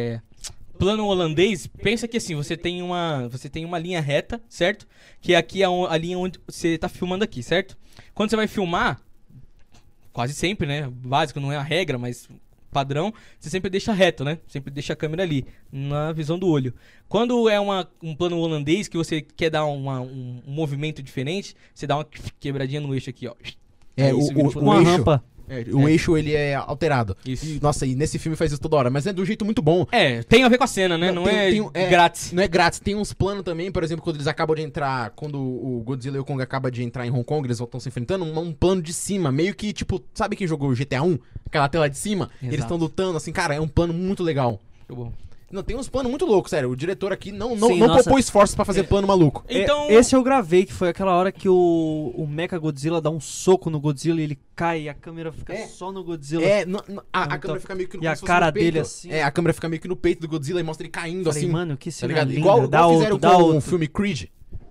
plano holandês, pensa que assim, você tem uma linha reta, certo? Que aqui é a linha onde você tá filmando aqui, certo? Quando você vai filmar, quase sempre, né? Básico, não é a regra, mas padrão, você sempre deixa reto, né? Sempre deixa a câmera ali, na visão do olho. Quando é um plano holandês que você quer dar um movimento diferente, você dá uma quebradinha no eixo aqui, ó. Aí isso vira um plano Uma eixo. rampa. O eixo, ele é alterado. Isso. E, nossa, e nesse filme faz isso toda hora. Mas é de um jeito muito bom. Tem a ver com a cena, né? Não grátis. Não é grátis. Tem uns planos também, por exemplo, quando eles acabam de entrar. Quando o Godzilla e o Kong acabam de entrar em Hong Kong, eles estão se enfrentando. Um plano de cima, meio que tipo, sabe quem jogou GTA 1? Aquela tela de cima? Exato. Eles estão lutando, assim, cara, é um plano muito legal. Muito bom. Não, tem uns planos muito loucos, sério. O diretor aqui não Sim, nossa. poupou esforços pra fazer plano maluco. Então, Esse eu gravei, que foi aquela hora que o Mecha Godzilla dá um soco no Godzilla e ele cai e a câmera fica só no Godzilla. A muito câmera top. fica meio que no E a como se fosse cara no peito. dele assim. A câmera fica meio que no peito do Godzilla e mostra ele caindo Falei, assim. mano, que Tá cena ligado? linda. Igual dá fizeram outro, dá com o outro. filme Creed.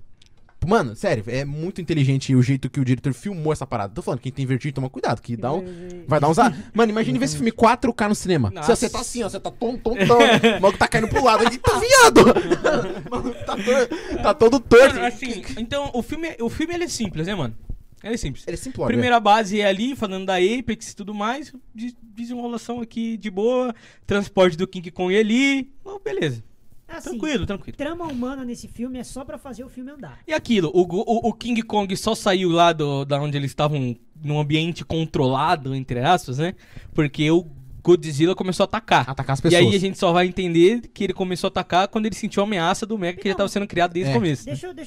Mano, sério, é muito inteligente o jeito que o diretor filmou essa parada. Tô falando, quem tem vertigem, toma cuidado, que dá vai dar uns... Mano, imagine ver esse filme 4K no cinema. Nossa. Você tá assim, ó, você tá tontão, o maluco tá caindo pro lado. Eita, viado! O maluco tá todo torto. mano, assim, então o filme ele é simples, né, mano? Ele é simples. Ele é simplório. Primeira base é ali, falando da Apex e tudo mais. Desenrolação aqui de boa. Transporte do King Kong ali. Bom, beleza. Assim, Tranquilo. trama humana nesse filme é só pra fazer o filme andar. E aquilo, o King Kong só saiu lá da onde eles estavam num ambiente controlado, entre aspas, né? Porque o Godzilla começou a atacar. Atacar as E pessoas. aí a gente só vai entender que ele começou a atacar quando ele sentiu a ameaça do Mecha que já tava sendo criado desde o começo. Deixa eu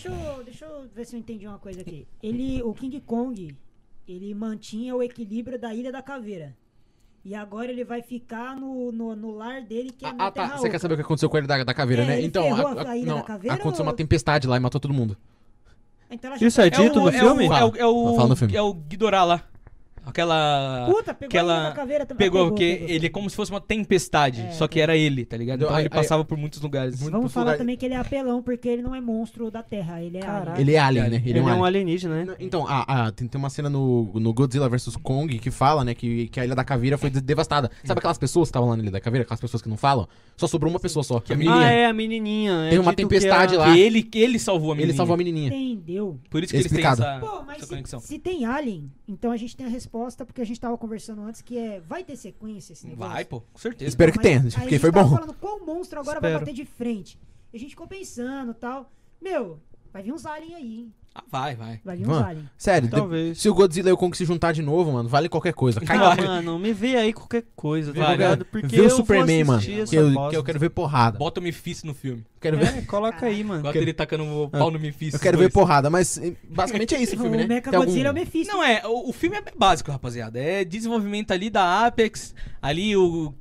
ver se eu entendi uma coisa aqui. O King Kong, ele mantinha o equilíbrio da Ilha da Caveira. E agora ele vai ficar no lar dele, que é na Terra Você quer Oca. saber o que aconteceu com ele da caveira, né? Ele Então, ferrou a Ilha da Caveira aconteceu ou- uma tempestade lá e matou todo mundo. Então ela já Isso é dito no filme? Fala no filme. É o Ghidorah lá. Aquela... Puta, pegou a Ilha da Caveira também. Pegou, porque pegou. ele é como se fosse uma tempestade, só que era ele, tá ligado? Então Aí- ele passava por muitos lugares. Vamos falar também que ele é apelão, porque ele não é monstro da Terra, ele é Caralho. alien. Ele é alien, né? Ele é um alien. alienígena, né? Então, tem uma cena no Godzilla vs Kong que fala, né, que a Ilha da Caveira foi devastada. Sabe aquelas pessoas que estavam lá na Ilha da Caveira? Aquelas pessoas que não falam? Só sobrou uma pessoa só, que é a menininha. Ah, é, a menininha. Tem É uma dito tempestade que lá. Que ele salvou a menina. Ele salvou a menininha. Entendeu? Por isso que eles têm Explicado. essa, Pô, mas essa conexão. se tem alien, então a gente tem a resposta, porque a gente tava conversando antes, que vai ter sequência esse negócio. Vai, pô, com certeza. Espero que Mas tenha, aí porque a gente foi tava bom. falando qual monstro agora vai Espero. bater de frente. E a gente ficou pensando e tal. Meu, vai vir uns aliens aí, hein? Ah, vai. Vai vir uns Mano, aliens. sério, Talvez. se o Godzilla e o Kong se juntar de novo, mano, vale qualquer coisa. Cai Ah, na mano, me vê aí qualquer coisa, tá Vai, ligado? Porque Vê o eu vou Superman, mano. assistir essa Que eu bosta. quero ver porrada. Bota o Mephisto no filme. Quero ver, É, coloca aí, mano. Bota ele tacando o pau no Mephisto. eu quero os ver dois. porrada, mas basicamente é isso o filme, né? O Mecha Tem algum- Godzilla é o Mephisto. Não, o filme é básico, rapaziada. É desenvolvimento ali da Apex. Ali o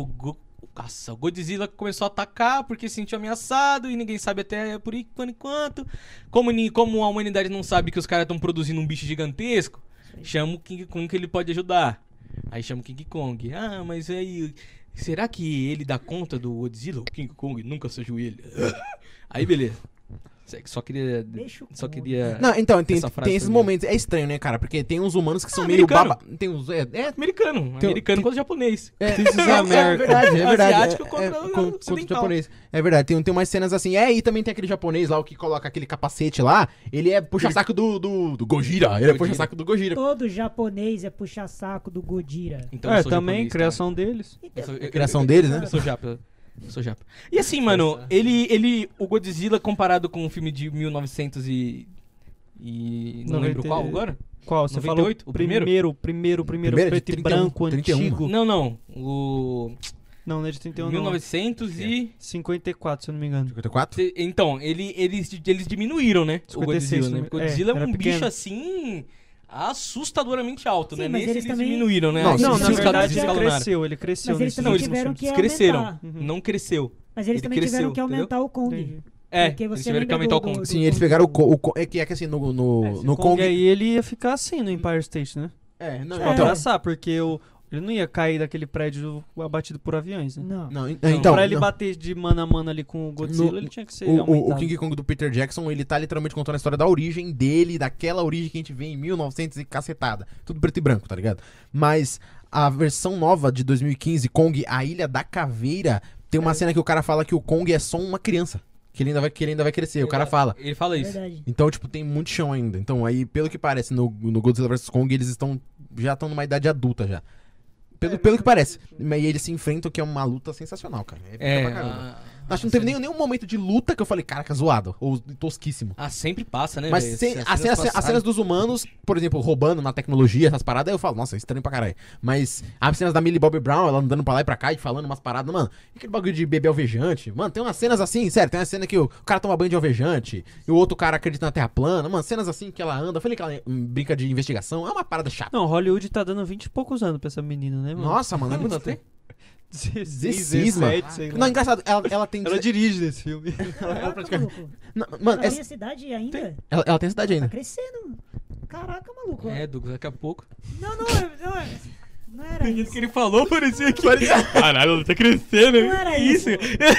Godzilla começou a atacar porque se sentiu ameaçado e ninguém sabe até por enquanto. Como a humanidade não sabe que os caras estão produzindo um bicho gigantesco, chama o King Kong que ele pode ajudar. Aí chama o King Kong. Ah, mas aí... Será que ele dá conta do Godzilla? O King Kong nunca se ajoelha. Aí beleza. Só queria... Deixa o Só cu. queria... Não, então, tem Essa frase esses foi minha. momentos. É estranho, né, cara? Porque tem uns humanos que são Ah, meio americano. baba. Tem uns. Americano. Tem- Americano contra japonês. This is É America. verdade, é verdade. Asiático contra o contra o ocidental. japonês. É verdade, tem umas cenas assim. E também tem aquele japonês lá, o que coloca aquele capacete lá. Ele é puxa-saco do Gojira. Ele é puxa-saco do Gojira. Todo japonês é puxa-saco do Godira. Então eu sou Também, japonês, criação deles. Eu sou- eu- Criação eu- deles, né? Eu sou japa. Eu sou japa. E assim, mano, o Godzilla comparado com o filme de 1900 e não lembro 90 qual agora? Qual? Você 98, falou o primeiro? primeiro Primeiro é de preto e 31, branco, 31. antigo. Não. O Não, não é de 31, não. 1900 e... 54, se eu não me engano. 54? Então, eles diminuíram, né? O 56, Godzilla, né? Porque o é, Godzilla é era um pequeno. bicho assim... assustadoramente alto, Sim, né? mas Nesse eles eles também- diminuíram, né? Nossa, Não, Eles na verdade ele escalonaram. ele cresceu Mas eles nesse também Não, eles tiveram que eles cresceram. aumentar. Uhum. Não cresceu. Mas eles Ele também tiveram cresceu, que aumentar o Kong. Entendi. É, Porque eles você tiveram que lembra aumentar o do- Kong. Sim, eles pegaram o que é que assim, no No Kong Kong. aí ele ia ficar assim no Empire State, né? Não, É. então. Abraçar, porque ele não ia cair daquele prédio abatido por aviões, né? Não. Não, Não, então. Pra ele não. bater de mano a mano ali com o Godzilla, No- ele tinha que ser O aumentado. King Kong do Peter Jackson, ele tá literalmente contando a história da origem dele, daquela origem que a gente vê em 1900 e cacetada. Tudo preto e branco, tá ligado? Mas a versão nova de 2015, Kong, A Ilha da Caveira, tem uma cena que o cara fala que o Kong é só uma criança. Que ele ainda vai crescer. O cara fala. Ele fala isso. Verdade. Então, tipo, tem muito chão ainda. Então, aí, pelo que parece, no Godzilla vs Kong, eles já estão numa idade adulta já. Pelo que parece. Mas eles se enfrentam, que é uma luta sensacional, cara. É pra caramba. Acho que não teve nenhum momento de luta que eu falei, caraca, zoado. Ou tosquíssimo. sempre passa, né? Mas velho? as cenas dos humanos, por exemplo, roubando na tecnologia, essas paradas, aí eu falo, nossa, estranho pra caralho. Mas as cenas da Millie Bobby Brown, ela andando pra lá e pra cá e falando umas paradas, mano, e aquele bagulho de bebê alvejante, mano, tem umas cenas assim, sério, tem uma cena que o cara toma banho de alvejante e o outro cara acredita na Terra plana, mano, cenas assim que ela anda, eu falei que ela brinca de investigação, é uma parada chata. Não, Hollywood tá dando 20 e poucos anos pra essa menina, né, mano? Nossa, mano, é muito Não tem? 16, mano. sei lá. Não, engraçado, ela tem... Ela dirige nesse filme. Caraca, maluco. Não, mano, Ela tem essa idade ainda? ela tem essa idade Tá ainda. crescendo. Caraca, maluco. Douglas, daqui a pouco. Não era isso. que ele falou parecia que... Caralho, ela tá crescendo. Não era isso.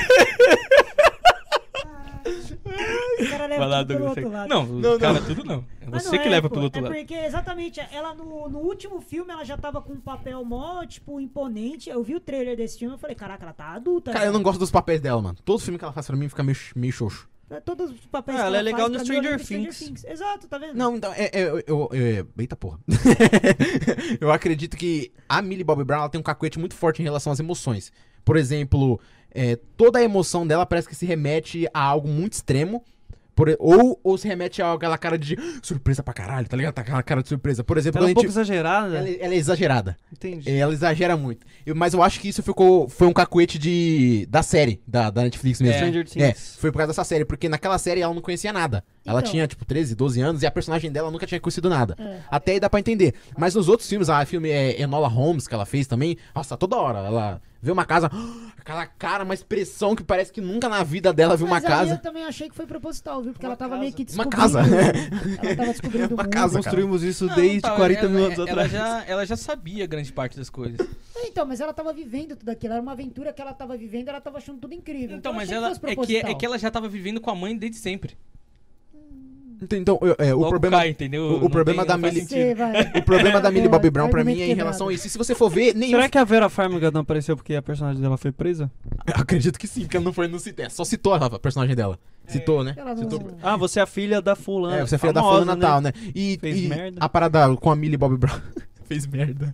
O cara leva Vai lá, tudo pelo Douglas. outro lado. Não, cara, tudo não. É Mas você não que leva pô. pelo outro lado. Porque exatamente, ela no último filme, ela já tava com um papel mó, tipo, imponente. Eu vi o trailer desse filme e falei, caraca, ela tá adulta. Cara, já. eu não gosto dos papéis dela, mano. Todo filme que ela faz pra mim fica meio xoxo. Todos os papéis Ah, que ela é legal faz, no pra mim, eu Stranger lembro de Things. Exato, tá vendo? Não, então, eita porra. Eu acredito que a Millie Bobby Brown ela tem um cacuete muito forte em relação às emoções. Por exemplo, toda a emoção dela parece que se remete a algo muito extremo. Ou se remete a aquela cara de surpresa pra caralho, tá ligado? Tá aquela cara de surpresa. Por exemplo, Ela é um quando pouco exagerada. ela é exagerada. Entendi. Ela exagera muito. Mas eu acho que isso foi um cacuete da série, da Netflix mesmo. Stranger Things. Foi por causa dessa série, porque naquela série ela não conhecia nada. Ela Então. tinha, tipo, 13, 12 anos e a personagem dela nunca tinha conhecido nada. É. Até aí dá pra entender. Mas nos outros filmes, a filme Enola Holmes, que ela fez também, nossa, toda hora ela vê uma casa, aquela cara, uma expressão que parece que nunca na vida dela viu uma Mas aí casa. eu também achei que foi proposital, viu? Porque ela tava casa. meio que Uma descobrindo. casa. Ela tava descobrindo Uma o mundo. casa, cara. Construímos isso Não, desde tá, 40 mil anos ela atrás. ela já sabia grande parte das coisas. Então, mas ela tava vivendo tudo aquilo. Era uma aventura que ela tava vivendo, ela tava achando tudo incrível. Então, eu mas achei ela fosse é proposital. que ela já tava vivendo com a mãe desde sempre. Então, o Logo problema. cai, entendeu? o problema da não faz Millie- sentido. Você vai. O problema da Millie Boa, Bobby Brown pra mim argumento é em quebrado. relação a isso. E se você for ver, nenhum. Será que a Vera Farmiga não apareceu porque a personagem dela foi presa? Eu acredito que sim, porque ela não foi no cité. Só citou a personagem dela. Citou, né? Ela não- Citou. Ah, você é a filha da fulana. Você é filha da famosa, Fulana Natal, né? E Fez merda. a parada com a Millie Bobby Brown. Fez merda.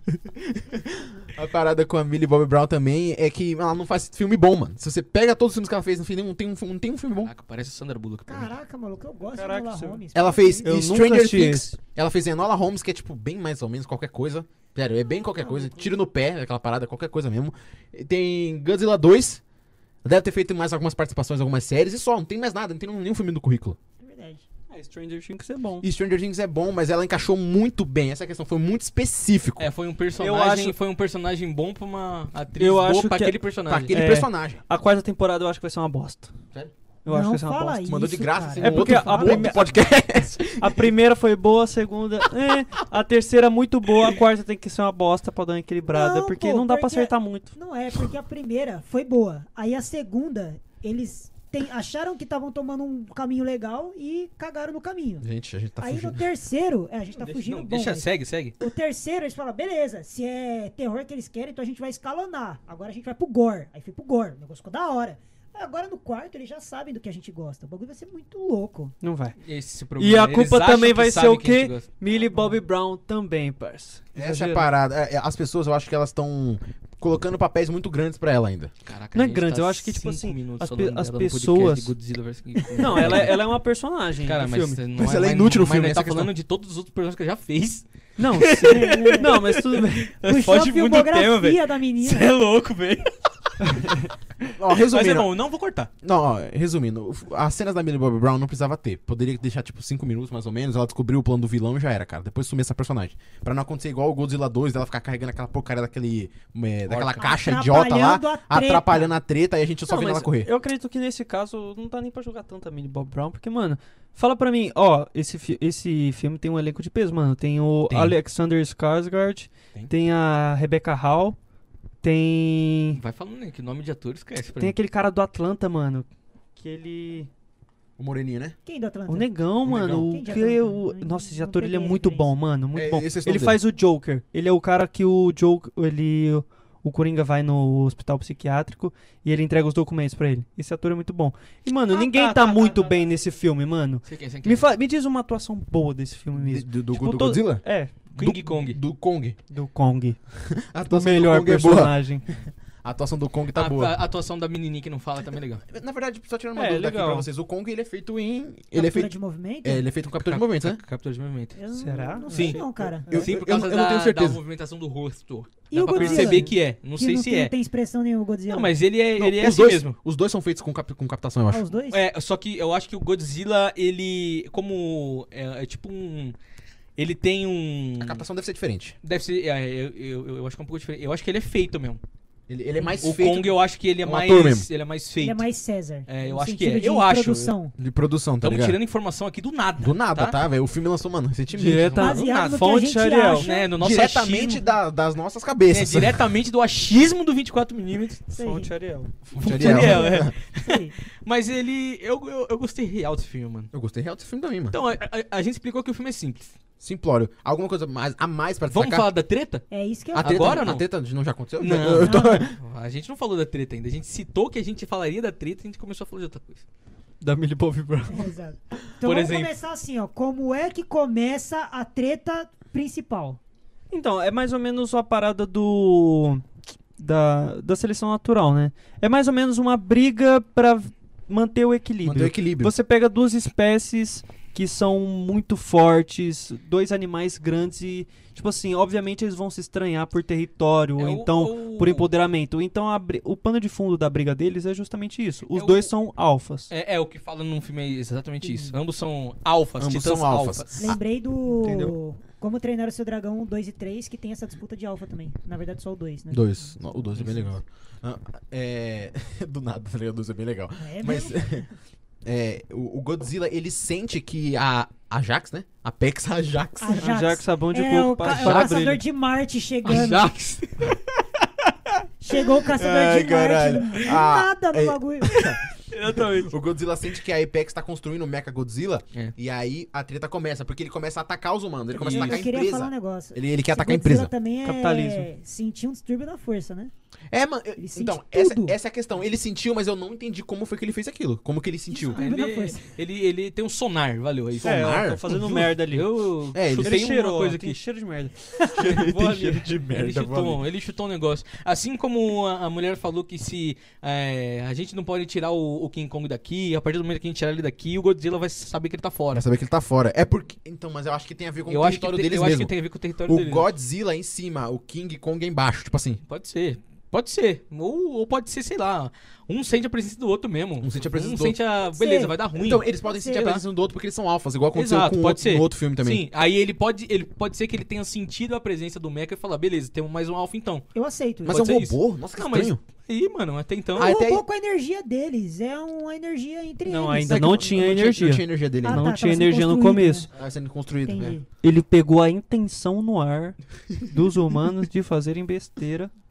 A parada com a Millie Bobby Brown também é que ela não faz filme bom, mano. Se você pega todos os filmes que ela fez, no fim, não tem um filme bom. Caraca, parece a Sandra Bullock. pra mim. Caraca, maluco, eu gosto Caraca, de Enola seu- Holmes. Ela fez Eu nunca Stranger assisti Things. esse. Ela fez Enola Holmes, que é tipo bem mais ou menos qualquer coisa. Sério, é bem qualquer coisa. Tiro no pé, aquela parada, qualquer coisa mesmo. E tem Godzilla 2. Deve ter feito mais algumas participações, algumas séries. E só, não tem mais nada, não tem nenhum filme no currículo. É verdade. Stranger Things é bom. E Stranger Things é bom, mas ela encaixou muito bem. Essa questão foi muito específico. Foi um personagem, Eu acho- foi um personagem bom pra uma atriz Eu boa acho pra que- aquele Pra personagem. aquele É. personagem. A quarta temporada eu acho que vai ser uma bosta. Sério? Eu acho que Não vai ser uma fala bosta. isso, Mandou de graça, cara. assim, É no porque outro, a outro primeira- podcast. A primeira foi boa, a segunda. A terceira muito boa, a quarta tem que ser uma bosta pra dar uma equilibrada. Não, porque pô, não dá pra porque- acertar muito. Não é, porque a primeira foi boa. Aí a segunda, eles acharam que estavam tomando um caminho legal e cagaram no caminho. Gente, a gente tá Aí no fugindo. terceiro, a gente tá fugindo bom. Deixa, mas segue. O terceiro, eles falam, beleza, se é terror que eles querem, então a gente vai escalonar. Agora a gente vai pro gore. Aí foi pro gore, o negócio ficou da hora. Agora no quarto, eles já sabem do que a gente gosta. O bagulho vai ser muito louco. Não vai. Esse E a eles culpa acham também que vai ser sabem o que a gente quê? gosta. Millie Bobby Brown também, parça. Essa é a Exagero. parada. As pessoas, eu acho que elas estão colocando papéis muito grandes pra ela ainda. Caraca, Não é a gente grande, tá eu acho que, tipo 5 assim, minutos as falando pe- as dela no podcast pessoas- de Godzilla versus King Kong. Não, ela é uma personagem Cara, do mas filme. não Mas ela é inútil no mas filme, nós essa tá é a falando de todos os outros personagens que ela já fez. Não, sim. Não, mas tudo bem. Puxou a Foge muito do tema, filmografia velho. da menina. Você é louco, velho. Ó, Mas resumindo. é bom, não vou cortar. Não, ó, resumindo, as cenas da Millie Bobby Brown não precisava ter. Poderia deixar, tipo, 5 minutos mais ou menos. Ela descobriu o plano do vilão e já era, cara. Depois sumir essa personagem. Pra não acontecer igual o Godzilla 2, dela ficar carregando aquela porcaria daquela caixa idiota lá, Atrapalhando a treta. atrapalhando a treta, e a gente só Não, vendo mas ela correr. eu acredito que nesse caso não dá nem pra jogar tanto a Millie Bobby Brown, porque, mano, fala pra mim, ó, esse filme tem um elenco de peso, mano. Tem o Tem. Alexander Skarsgård, tem a Rebecca Hall, tem Vai falando aí, que nome de ator esquece pra tem mim. aquele cara do Atlanta, mano, que ele... O Moreninho, né? Quem do Atlanta? O Negão, mano, Quem de o que Atlanta? o... Nossa, esse Não ator, ele é peguei a muito referência. bom, mano, muito É, bom. esse é o Ele nome faz o Joker, ele é o cara que o Joker, o Coringa vai no hospital psiquiátrico e ele entrega os documentos pra ele. Esse ator é muito bom. E, mano, ninguém tá muito bem nesse filme, mano. Sei quem, sei quem. Me diz uma atuação boa desse filme mesmo. Do Tipo, do todo- Godzilla? É, King Kong. Do Kong. do Kong. A O atuação melhor do Kong é boa. personagem. A atuação do Kong tá a, boa. a atuação da menininha que não fala também é legal. Na verdade, só tirando uma É, dúvida aqui legal. pra vocês. O Kong, ele é feito em... Ele é Captura feito... de movimento? É, ele é feito com captura de movimentos, né? Captura de movimento. Eu não- Será? Não sei Sim. não, cara. Sim, por eu causa não tenho certeza. da movimentação do rosto. E Dá o pra Godzilla? perceber que é. Não Que sei se Não é. tem expressão nenhuma, o Godzilla. Não, mas ele é, Não, ele é os assim dois, mesmo. Os dois são feitos com captação, eu acho. Ah, os dois? É, só que eu acho que o Godzilla, ele... Como... É tipo um... Ele tem um... A captação deve ser diferente. Deve ser... eu acho que é um pouco diferente. Eu acho que ele é feito mesmo. Ele é mais O feito Kong eu acho que ele é um mais... ator mesmo. Ele é mais feito. Ele é mais César. É, eu no acho que sentido é. de Eu acho. produção. de produção, tá Estamos ligado? tirando informação aqui do nada. Do nada, tá, velho? O filme lançou, mano, recentemente. Direta- Do Baseado nada. no que a Fonte gente Ariel. acha. Né, no nosso Diretamente achismo. das nossas É, cabeças. diretamente do achismo do 24mm. Isso aí, Fonte Ariel. Fonte Ariel, Ariel. é. isso aí. Mas ele... Eu gostei real desse filme, mano. Eu gostei real desse filme também, mano. Então, a gente explicou que o filme é simples. Simplório. Alguma coisa a mais pra Vamos destacar? falar da treta? É isso que eu A treta, Agora ou não? A treta não já aconteceu? Não. Eu tô- A gente não falou da treta ainda. A gente citou que a gente falaria da treta e a gente começou a falar de outra coisa. Da Millie Bobby Brown. Exato. Então Por vamos exemplo. começar assim, ó. Como é que começa a treta principal? Então, é mais ou menos a parada da seleção natural, né? É mais ou menos uma briga pra manter o equilíbrio. Manter o equilíbrio. Você pega duas espécies que são muito fortes, dois animais grandes e, tipo assim, obviamente eles vão se estranhar por território, ou então por empoderamento. Então o pano de fundo da briga deles é justamente isso. Os É dois são alfas. É o que fala num filme é exatamente isso. Ambos são alfas, Ambos titãs são alfas. Lembrei do Entendeu? Como Treinar o Seu Dragão 2 e 3, que tem essa disputa de alfa também. Na verdade, só o 2, né? Dois. O 2 é bem legal. Do nada, tá ligado? O 2 é bem legal. É Mas o Godzilla, ele sente que a Ajax, né? Apex Ajax. Ajax, sabão de é coco, o, para é o para caçador brilho. de Marte chegando. Ajax. Chegou o caçador Ai, de caralho. Marte. Ah, Nada no bagulho. Exatamente. O Godzilla sente que a Apex tá construindo o Mecha Godzilla É. e aí a treta começa, porque ele começa a atacar os humanos, ele começa a atacar Eu a queria empresa. falar um negócio. Ele quer Esse atacar a Godzilla empresa. também é Capitalismo. sentir um distúrbio da força, né? É, mano, Ele sente então, tudo. essa é a questão. Ele sentiu, mas eu não entendi como foi que ele fez aquilo. Como que ele sentiu. Isso. Dúvida da força. Ele tem um sonar, valeu. É isso. É, Sonar? eu tô fazendo merda ali. Eu Ele chutei uma cheirou, coisa tem aqui. cheiro de merda. Vou ali. de Ele chutou um negócio. Assim como a mulher falou que se a gente não pode tirar o King Kong daqui, a partir do momento que a gente tirar ele daqui, o Godzilla vai saber que ele tá fora. Pra saber que ele tá fora. É porque. Então, mas eu acho que tem a ver com Eu o acho que território tem, deles eu acho mesmo. que tem a ver com o território O dele. Godzilla é em cima, o King Kong é embaixo. Tipo assim. Pode ser. Pode ser. Ou pode ser, sei lá. Um sente a presença do outro mesmo. Um sente a presença um do sente a. Pode Beleza, ser. vai dar ruim. Então, eles podem Pode sentir ser, a tá? presença um do outro porque eles são alfas, igual aconteceu Exato, com pode ser. no outro filme também. Sim, aí ele pode ser que ele tenha sentido a presença do Mecha e falar, beleza, temos mais um alfa então. Eu aceito. Mas Pode é um ser robô? Nossa, que Não, mas estranho. aí, mano, até então. Ah, O até robô aí- com a energia deles. É uma energia entre Não, eles. ainda não tinha energia. Não tinha energia dele. Ah, ainda. Não tá, tinha tava sendo energia no construído, começo. Tá sendo construído. Entendi. Né? Ele pegou a intenção no ar dos humanos de fazerem besteira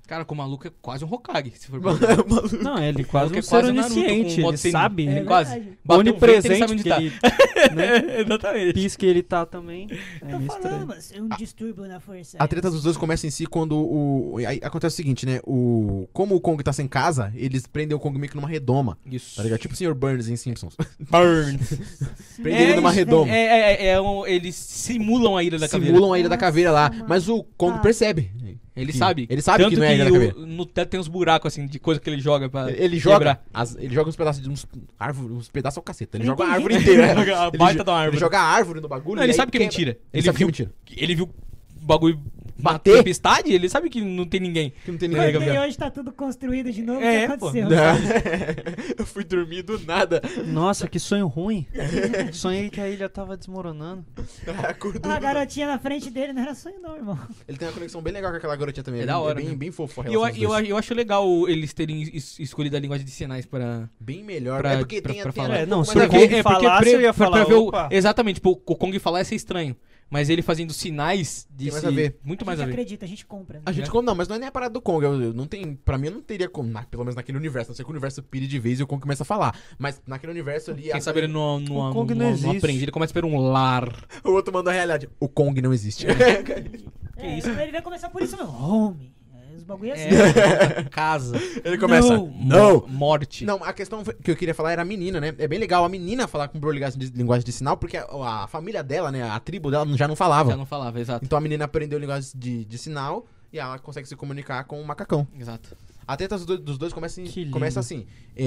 Cara, com o maluco é quase um Hokage, se for Não, ele quase que é um ser quase o Naruto onisciente, com o ele modo Sennin. sabe, É ele verdade. quase. Bateu um vento, ele onipresente, sabe onde que tá. ele né, Exatamente. pisca e ele tá também. É Tô meio falando, estranho. mas é um distúrbio na força. A treta dos dois começa em si quando aí acontece o seguinte, né? Como o Kong tá sem casa, eles prendem o Kong meio que numa redoma. Isso. Tá ligado? Tipo o Sr. Burns em Simpsons. Burns. Prendem ele numa redoma. Eles simulam a Ilha da Caveira. Simulam a Ilha da Caveira lá. Nossa, Mas o Kong tá. percebe. Ele que- sabe. Ele sabe Tanto que não é a Ilha da Caveira. no teto tem uns buracos, assim, de coisa que ele joga pra Ele joga. quebrar. Ele joga uns pedaços de uns árvores, uns pedaços ao caceta. Ele Ele joga a tem árvore jeito. inteira. Ele joga a baita da árvore. Ele joga a árvore no bagulho. Não, e ele aí sabe que é quebra. mentira. Ele sabe que é viu, mentira. ele viu o bagulho Bater? tempestade, ele sabe que não tem ninguém. Que não tem Quando ninguém. tem hoje tá tudo construído de novo, É, o que pô. aconteceu? Eu fui dormir do nada. Nossa, que sonho ruim. Sonhei que a ilha tava desmoronando. Acordou. A garotinha na frente dele não era sonho não, irmão. Ele tem uma conexão bem legal com aquela garotinha também. É da hora, bem, né? bem fofo a E eu, relação dos dois. eu acho legal eles terem escolhido a linguagem de sinais pra... Bem melhor. pra- é porque pra- tem pra tem falar. É, não, mas se o é Kong que- falasse, eu ia falar, ver opa. exatamente, tipo, o Kong falar ia ser estranho. Mas ele fazendo sinais Tem mais a ver. muito A mais gente a ver. acredita, a gente compra. Né? A gente não, mas não é nem a parada do Kong. Eu não tem, pra mim, eu não teria como. Pelo menos naquele universo. Não sei que o universo pire de vez e o Kong começa a falar. Mas naquele universo ali. Quem sabe ele não O Kong não existe. aprende, ele começa a ver um lar. O outro manda a realidade. O Kong não existe. Que isso? Ele vai começar por isso, meu. Home. Os bagulho assim. Casa. Ele começa. Não. Não. Morte. Não, a questão que eu queria falar era a menina, né? É bem legal a menina falar com linguagem de sinal, porque a família dela, né? A tribo dela já não falava. Já não falava, exato. Então a menina aprendeu linguagem de sinal e ela consegue se comunicar com o macacão. Exato. A treta dos dois começa, Que lindo. começa assim.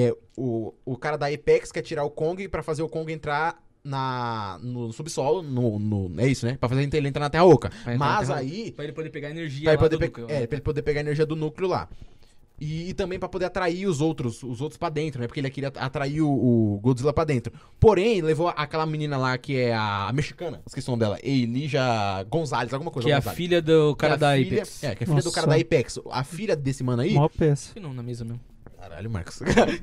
O cara da Apex quer tirar o Kong pra fazer o Kong entrar no subsolo, é isso, né? Pra fazer ele entrar na Terra Oca. Pra entrar na Mas Terra aí... Pra ele poder pegar energia Pra ele, lá poder do núcleo, pra ele poder pegar a energia do núcleo lá. E também pra poder atrair os outros pra dentro, né? Porque ele queria atrair o Godzilla pra dentro. Porém, levou aquela menina lá que é a mexicana, esqueci o nome dela, Elijah Gonzalez, alguma coisa. Que é a Gonzalez. filha do Que cara é a da filha- Apex. É, que é a filha do cara Nossa. da Apex. A filha desse mano aí... Mó peça. Não, na mesa mesmo. Caralho, Marcos.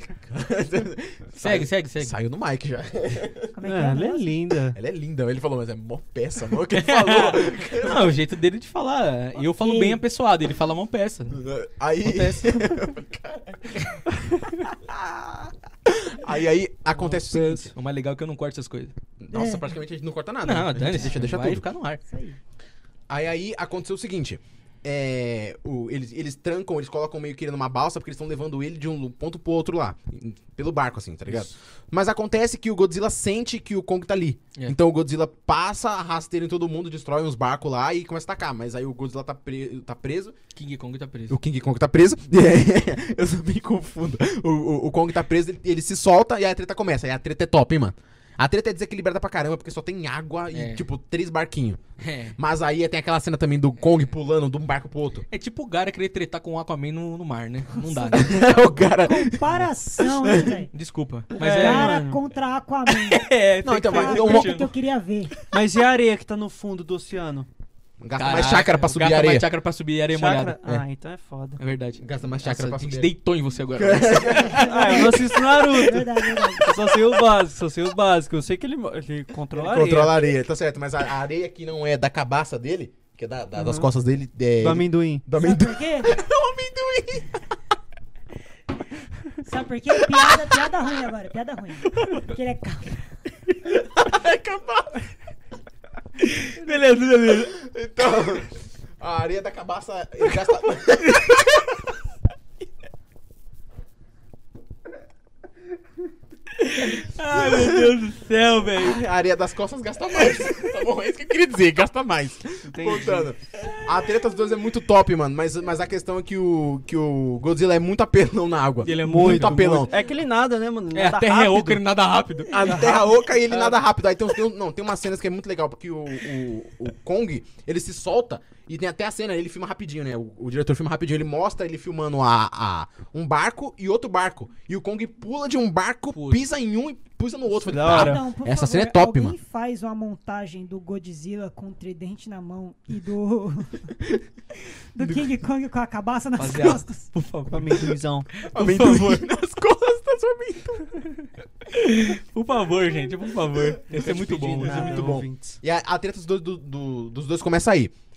Segue. Saiu no mic já. Como é que É, é? ela é linda. Ela é linda. Ele falou, mas é mó peça, mano. O que ele falou? Não, é o jeito dele de falar. E eu falo bem apessoado, ele fala mão peça. Aí... Acontece. aí acontece o seguinte. O mais legal é que eu não corto essas coisas. Nossa, praticamente a gente não corta nada. Não, né? A gente dane-se. deixa vai tudo. ficar no ar. Isso aí. Aí aconteceu o seguinte. Eles trancam, eles colocam meio que ele numa balsa, porque eles estão levando ele de um ponto pro outro lá. Pelo barco, assim, tá ligado? Isso. Mas acontece que o Godzilla sente que o Kong tá ali. É. Então o Godzilla passa, arrasta ele em todo mundo, destrói uns barcos lá e começa a atacar. Mas aí o Godzilla tá preso. King Kong tá preso. O King Kong tá preso. Eu sou bem confundo. O Kong tá preso, ele se solta e aí a treta começa. E a treta é top, hein, mano. A treta é desequilibrada pra caramba, porque só tem água e, É. tipo, 3 barquinhos. É. Mas aí tem aquela cena também do Kong pulando de um barco pro outro. É tipo o Gara querer tretar com o Aquaman no mar, né? Não dá, né? O cara... Comparação, hein, velho? Desculpa. Mas É, Cara mano. contra Aquaman. Não, então, Cara, mas a uma- treta que eu queria ver. Mas e a areia que tá no fundo do oceano? Gasta mais chácara pra subir Gasta areia. mais chácara pra subir areia molhada. Chácara? Ah, então é foda. É verdade. Gasta mais chácara pra Nossa, a gente subir areia. deitou em você agora. Ah, eu não assisto Naruto. Verdade, verdade. Eu só sei o básico. Eu sei que ele controla a areia. Controla a areia, tá certo. Mas a areia que não é da cabaça dele, que é das costas dele, é... Do amendoim. Do Sabe amendoim. por quê? amendoim. Sabe por quê? Piada ruim agora, piada ruim. Porque ele é cabra. Beleza. Então, a areia da cabaça, ele gasta... Ai, meu Deus do céu, velho. A areia das costas gasta mais. Tá bom? É isso que eu queria dizer, gasta mais. Entendi. Contando. A treta dos dois é muito top, mano. Mas a questão é que o Godzilla é muito apelão na água. Ele é muito apelão. É que ele nada, né, mano? É, a Nada terra é rápido. oca, ele nada rápido. A terra oca e ele nada rápido. Aí tem umas cenas que é muito legal, porque o Kong, ele se solta e tem até a cena, ele filma rapidinho, né? O diretor filma rapidinho, ele mostra ele filmando um barco e outro barco. E o Kong pula de um barco, Puta. pisa em um e pisa no outro. Da Falei, hora. Então, por Essa favor, cena é top, alguém mano. faz uma montagem do Godzilla com o tridente na mão e do King Kong com a cabaça nas Rapaziada. costas. Por favor. Amendoimzão. amendoim nas costas, amendoim. Por favor, gente, por favor. Esse é muito bom. Isso é Ah, muito bom. ouvintes. E a treta dos dois começa aí.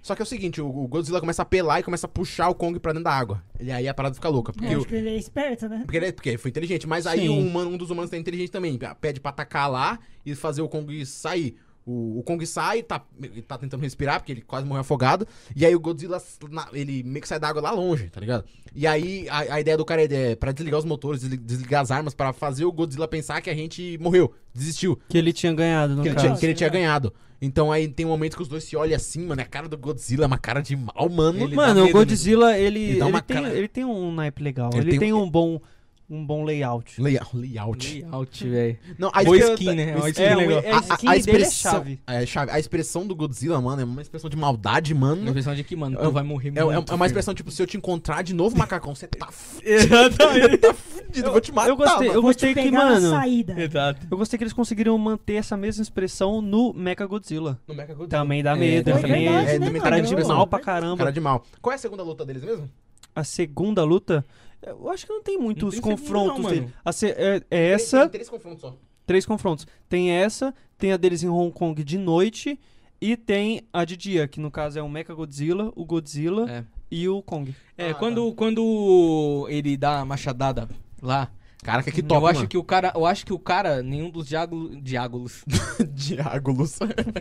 Só que é o seguinte, o Godzilla começa a apelar e começa a puxar o Kong pra dentro da água. E aí a parada fica louca. Porque, Acho que ele é esperto, né? porque ele foi inteligente. Mas aí Sim. um dos humanos tá inteligente também. Pede pra atacar lá e fazer o Kong sair. O Kong sai, ele tá tentando respirar, porque ele quase morreu afogado. E aí o Godzilla, ele meio que sai da água lá longe, tá ligado? E aí a ideia do cara é pra desligar os motores, desligar as armas, pra fazer o Godzilla pensar que a gente morreu, desistiu. Que ele tinha ganhado, no Que ele, caso. tinha, que ele tinha ganhado. Então aí tem um momento que os dois se olham assim, mano. A cara do Godzilla é uma cara de mal, mano. Ele dá Mano, o medo Godzilla, Ele dá uma cara- ele tem um naipe legal. Ele Ele tem tem um bom layout. Layout. Layout, velho. Não, Boa skin, né? É uma skin legal. a skin dele é chave. A expressão do Godzilla, mano, é uma expressão de maldade, mano. Uma impressão de que, mano, tu vai morrer É muito. uma expressão tipo, se eu te encontrar de novo, macacão, você tá Exatamente. fudido, eu vou te matar. Eu gostei, mano. eu Vou te gostei que, pegar na mano. saída. Exato. Eu gostei que eles conseguiram manter essa mesma expressão no Mechagodzilla. No Mechagodzilla. Também dá medo, Foi também verdade, é né, também cara tá de meio mal pra caramba. Cara de mal. Qual é a segunda luta deles mesmo? A segunda luta, eu acho que não tem muitos Não tem segunda, confrontos não, dele. mano. É essa, Tem 3 confrontos só. 3 confrontos. Tem essa, tem a deles em Hong Kong de noite e tem a de dia, que no caso é o Mechagodzilla, o Godzilla É. e o Kong. É, Ah, quando ele dá a machadada lá, Caraca, que top, eu acho mano. que o cara, nenhum dos diágolos. Diágolos.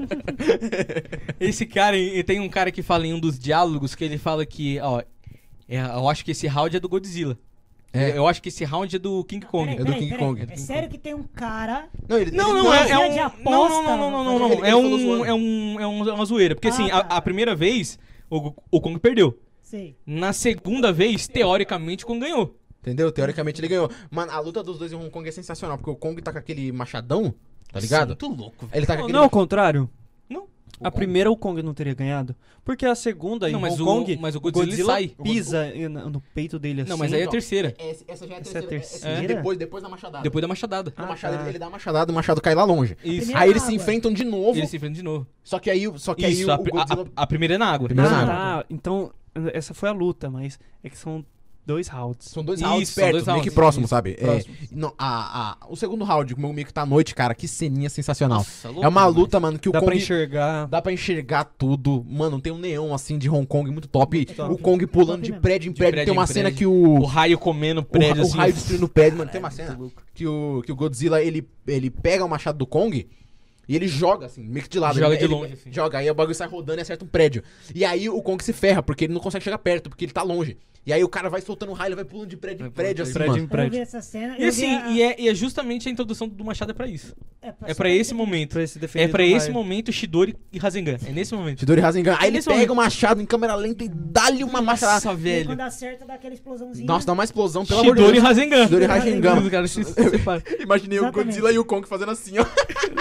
Esse cara, e tem um cara que fala em um dos diálogos que ele fala que, ó, eu acho que esse round é do Godzilla. É. Eu acho que esse round é do King Kong. É do King Kong. É sério que tem um cara... Não, ele Não, é Dia um. de Não, aposta. não. Ele É falou zoando. uma zoeira. Porque assim, Ah, tá. a primeira vez, o Kong perdeu. Sei. Na segunda vez, teoricamente, o Kong ganhou. Entendeu? Teoricamente ele ganhou. Mano, a luta dos dois em Hong Kong é sensacional, porque o Kong tá com aquele machadão, tá ligado? Muito louco. Ele tá com Não, aquele... não é o contrário. Não. A primeira o Kong não teria ganhado. Porque a segunda em Não, mas Hong o- Kong, mas o Godzilla sai. pisa no peito dele assim. Não, mas aí é a Então, terceira. Essa já é a Essa é a terceira. terceira? Depois da machadada. Depois da machadada. O Ah, machado, tá. ele dá a machadada, o machado cai lá longe. Isso. Primeira Aí eles se água. enfrentam de novo, Ele se enfrenta de novo. só que aí, Isso, o Godzilla... a primeira é na água. Primeira Ah, na tá. Então, essa foi a luta, mas é que são 2 rounds. São 2 Isso, rounds são perto, dois meio que rounds. próximos, Isso, sabe? próximos. Não, o segundo round, como meio que tá à noite, cara, que ceninha sensacional. Nossa, louco É uma demais. luta, mano, que o Dá Kong... pra enxergar. Dá pra enxergar tudo. Mano, tem um neon, assim, de Hong Kong muito top. Muito top. O Kong pulando Top de mesmo. prédio em prédio. prédio Tem uma em cena prédio. que O o... raio comendo prédio, o assim. raio destruindo o prédio, mano. Tem uma Muito cena louco. que o Godzilla, ele pega o machado do Kong e ele joga, assim, meio que de lado. Joga ele, de longe, assim. Joga, aí o bagulho sai rodando e acerta um prédio. E aí o Kong se ferra, porque ele não consegue chegar perto, porque ele tá longe. E aí o cara vai soltando raio, ele vai pulando de prédio em Vai prédio, pulando assim, de prédio mano. em Eu prédio. vi essa cena. E eu assim, vi a- e é justamente a introdução do Machado é pra isso. É pra saber esse que- momento. Pra se defender É pra do esse raio. momento Shidori e Rasengan. É nesse momento. Chidori Rasengan. Aí ele Nesse pega momento. o machado em câmera lenta e dá-lhe uma machadada. Nossa, E aí, velho. quando acerta, dá aquela explosãozinha. Nossa, dá uma explosão, pelo amor de Shidori e Deus. Rasengan. Shidori e Rasengan. Os caras se separam. Imaginei Exatamente. o Godzilla e o Kong fazendo assim, ó.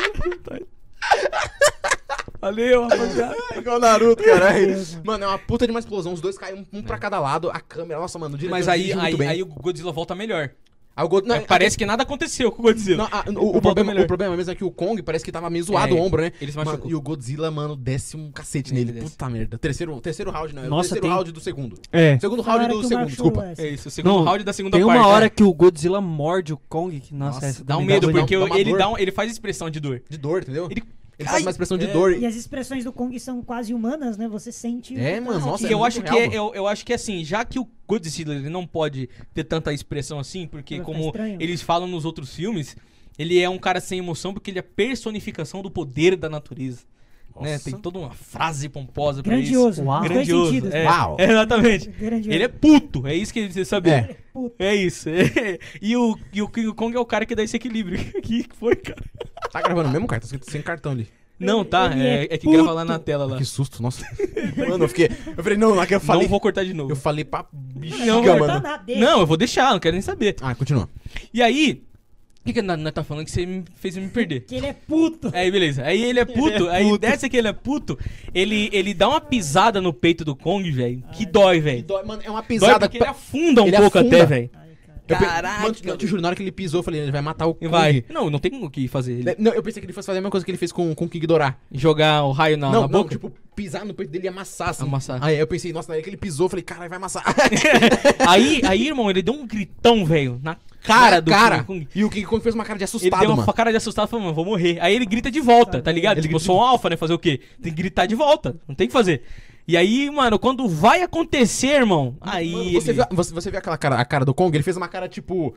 Valeu, rapaziada. Igual o Naruto, caralho. Deus, mano. Mano, é uma puta de uma explosão. Os dois caem um pra cada lado. A câmera, nossa, mano, o diretor Mas aí, dirigiu muito bem. aí o Godzilla volta melhor. Aí o God- não, Parece que nada aconteceu com o Godzilla. não, o Volta melhor. problema mesmo é que o Kong parece que tava meio zoado É, o ombro, né? ele se Mano, machucou. e o Godzilla, mano, desce um cacete Ele nele. desce. Puta merda. Terceiro round, não. É o Nossa, terceiro tem- round do segundo. É. Segundo round Falaram do que o segundo, Mark desculpa. chorou essa. É isso, o segundo Não, round da segunda Tem parte. uma hora né? que o Godzilla morde o Kong, que, nossa, Nossa, essa Dá um também medo, ruim. porque dá uma ele, dor. ele faz expressão de dor. De dor, entendeu? Ele- Ele faz Ai, uma expressão de é. dor. E as expressões do Kong são quase humanas, né? Você sente. É, mano, nossa, E é eu muito acho que real, eu acho que assim, já que o Godzilla ele não pode ter tanta expressão assim, porque Vai ficar como estranho. eles falam nos outros filmes, ele é um cara sem emoção porque ele é a personificação do poder da natureza. Né? Nossa. Tem toda uma frase pomposa pra Grandioso. isso. Uau. Nos dois Grandioso. sentidos. É, né? Uau. exatamente. Grandioso. Ele é puto, é isso que você sabe. É. Puta. É isso. E o King Kong é o cara que dá esse equilíbrio. Que foi, cara? Tá gravando mesmo, cara? Tá escrito sem cartão ali. Não, tá. Ele é É que grava puto. lá na tela lá. Que susto, nossa. Mano, eu falei, não, lá que eu falei. Não vou cortar de novo. Eu falei pra bexiga, Não, Não, mano. nada, deixa. Não, eu vou deixar, não quero nem saber. Ah, continua. E aí, o que nós tá falando que você me fez me perder? Que ele é puto. Aí, beleza. Aí ele é puto. Aí dessa que ele é puto, ele dá uma pisada no peito do Kong, velho. Que dói, E velho. dói, mano, é uma Dói pisada. porque ele afunda um Ele pouco afunda. até, velho. Ai, cara. Caraca. Mano, eu te juro, na hora que ele pisou, eu falei, ele vai matar o Kong. Vai. Não tem o que fazer. Ele Não, eu pensei que ele fosse fazer a mesma coisa que ele fez com o King Ghidorah. jogar o raio na Não, boca. tipo, pisar no peito dele e amassar, assim. Amassar. Aí eu pensei, nossa, na hora que ele pisou, eu falei, caralho, vai amassar. aí, irmão, ele deu um gritão, velho, na cara Na do cara. King Kong. E o King Kong fez uma cara de Ele assustado, deu uma mano. cara de assustado e falou, mano, vou morrer. Aí ele grita de volta, tá ligado? Ele Tipo, eu grita sou um alfa, né? Fazer o quê? Tem que gritar de volta. Não tem o que fazer. E aí, mano, quando vai acontecer, irmão, aí Mano, você viu aquela cara, a cara do Kong? Ele fez uma cara tipo,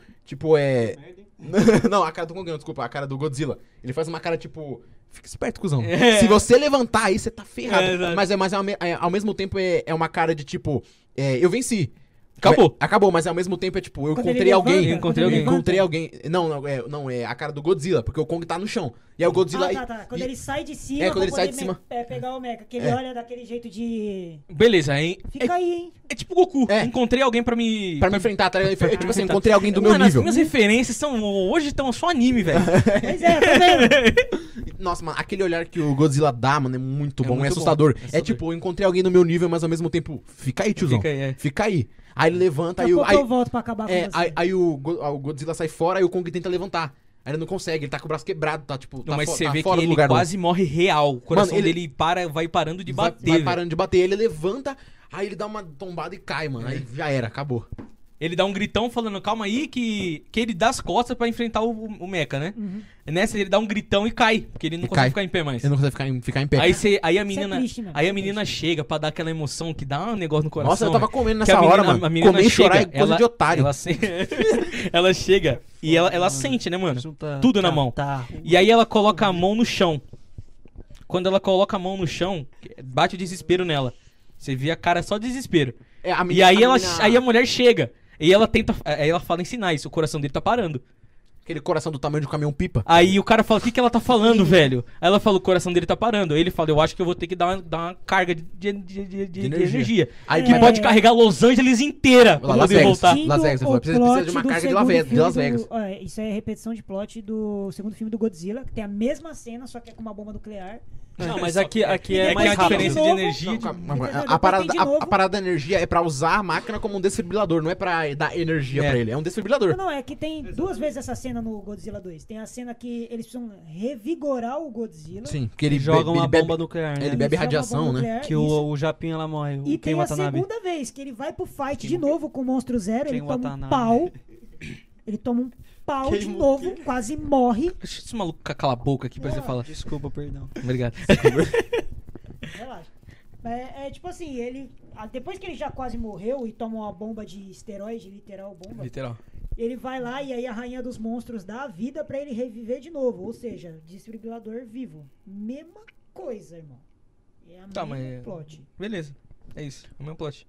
não, a cara do Kong não, desculpa, a cara do Godzilla. Ele faz uma cara tipo, fica esperto, cuzão. É. Se você levantar aí, você tá ferrado. É, exato. Mas ao mesmo tempo é uma cara de tipo, eu venci. Acabou. Acabou, mas ao mesmo tempo é tipo, eu Quando encontrei ele alguém. levanta, Eu encontrei quando ele alguém. Encontrei alguém. Não, é a cara do Godzilla, porque o Kong tá no chão. E aí o Godzilla. Tá. Quando e- ele sai de cima, É, quando pra ele sai poder de cima. pegar o mecha, que ele É. olha daquele jeito de... Beleza, hein? Fica aí, hein? É tipo Goku. É. Encontrei alguém pra me... Pra me enfrentar, tá ligado? Tipo assim, enfrentar. encontrei alguém do meu Mano, nível. as minhas referências hoje estão só anime, velho. Pois é, tá vendo? Nossa, mano, aquele olhar que o Godzilla dá, mano, é muito bom, muito é assustador. bom, é É assustador. tipo, eu encontrei alguém do meu nível, mas ao mesmo tempo, fica aí, tiozão. Fica aí, é. Fica aí. Aí ele levanta, Daqui aí, a pouco eu volto pra acabar com você. aí o Godzilla sai fora, aí o Kong tenta levantar. Aí ele não consegue, ele tá com o braço quebrado, tá tipo, Não, mas você tá vê que fora do ele lugar quase morre real. O coração Mano, ele- dele vai parando de vai, bater. vai velho. parando de bater, ele levanta, aí ele dá uma tombada e cai, mano. Aí já era, acabou. Ele dá um gritão falando, calma aí, que ele dá as costas pra enfrentar o mecha, né? Nessa ele dá um gritão e cai, porque ele não E consegue cai. ficar em pé mais. Ele não consegue ficar em pé. Aí a menina, triste, mano. aí a menina chega pra dar aquela emoção que dá um negócio no coração. Nossa, eu tava velho. comendo Que nessa a menina- hora, mano. a menina Comer e chorar é chega, coisa de otário. Ela chega e ela sente, né, mano? Junta- Tudo na mão. Tá. E aí ela coloca a mão no chão. Quando ela coloca a mão no chão, bate o desespero nela. Você vê a cara só de desespero. É, a E menina- aí, menina- aí a mulher chega. E ela tenta. Aí ela fala em sinais, o coração dele tá parando. Aquele coração do tamanho de um caminhão pipa. Aí o cara fala, o que ela tá falando, velho? Aí ela fala, o coração dele tá parando. Aí ele fala, eu acho que eu vou ter que dar uma carga de energia. Aí Que pode carregar Los Angeles inteira pra Las poder Vegas. voltar. Seguindo Las Vegas, você falou, o precisa de uma plot carga do segundo de filme Las Vegas. Isso é repetição de plot do segundo filme do Godzilla, que tem a mesma cena, só que é com uma bomba nuclear. Não, mas aqui é que mais a rápido. diferença de novo. energia. Não, de- calma, Depois a parada, tem de novo. a parada da energia é pra usar a máquina como um desfibrilador, não é pra dar energia É. pra ele, é um desfibrilador. Não, é que tem duas vezes essa cena no Godzilla 2. Tem a cena que eles precisam revigorar o Godzilla. Sim, que ele Joga uma bebe, bomba nuclear, né? ele bebe joga uma radiação, bomba né? nuclear, Que isso. o Japinha lá morre. E O tem Ken a Watanabe. segunda vez que ele vai pro fight de novo com o Monstro Zero, ele Ken toma um Watanabe. pau. Ele toma um pau de novo, quase morre. Deixa esse maluco calar a boca aqui pra você falar. Desculpa, perdão. Obrigado. Relaxa. É tipo assim, depois que ele já quase morreu e toma uma bomba de esteroide, literal bomba, Literal. ele vai lá e aí a rainha dos monstros dá a vida pra ele reviver de novo. Ou seja, desfibrilador vivo. Mesma coisa, irmão. É a Tá, mesma mas- plot. Beleza. É isso. É o meu plot.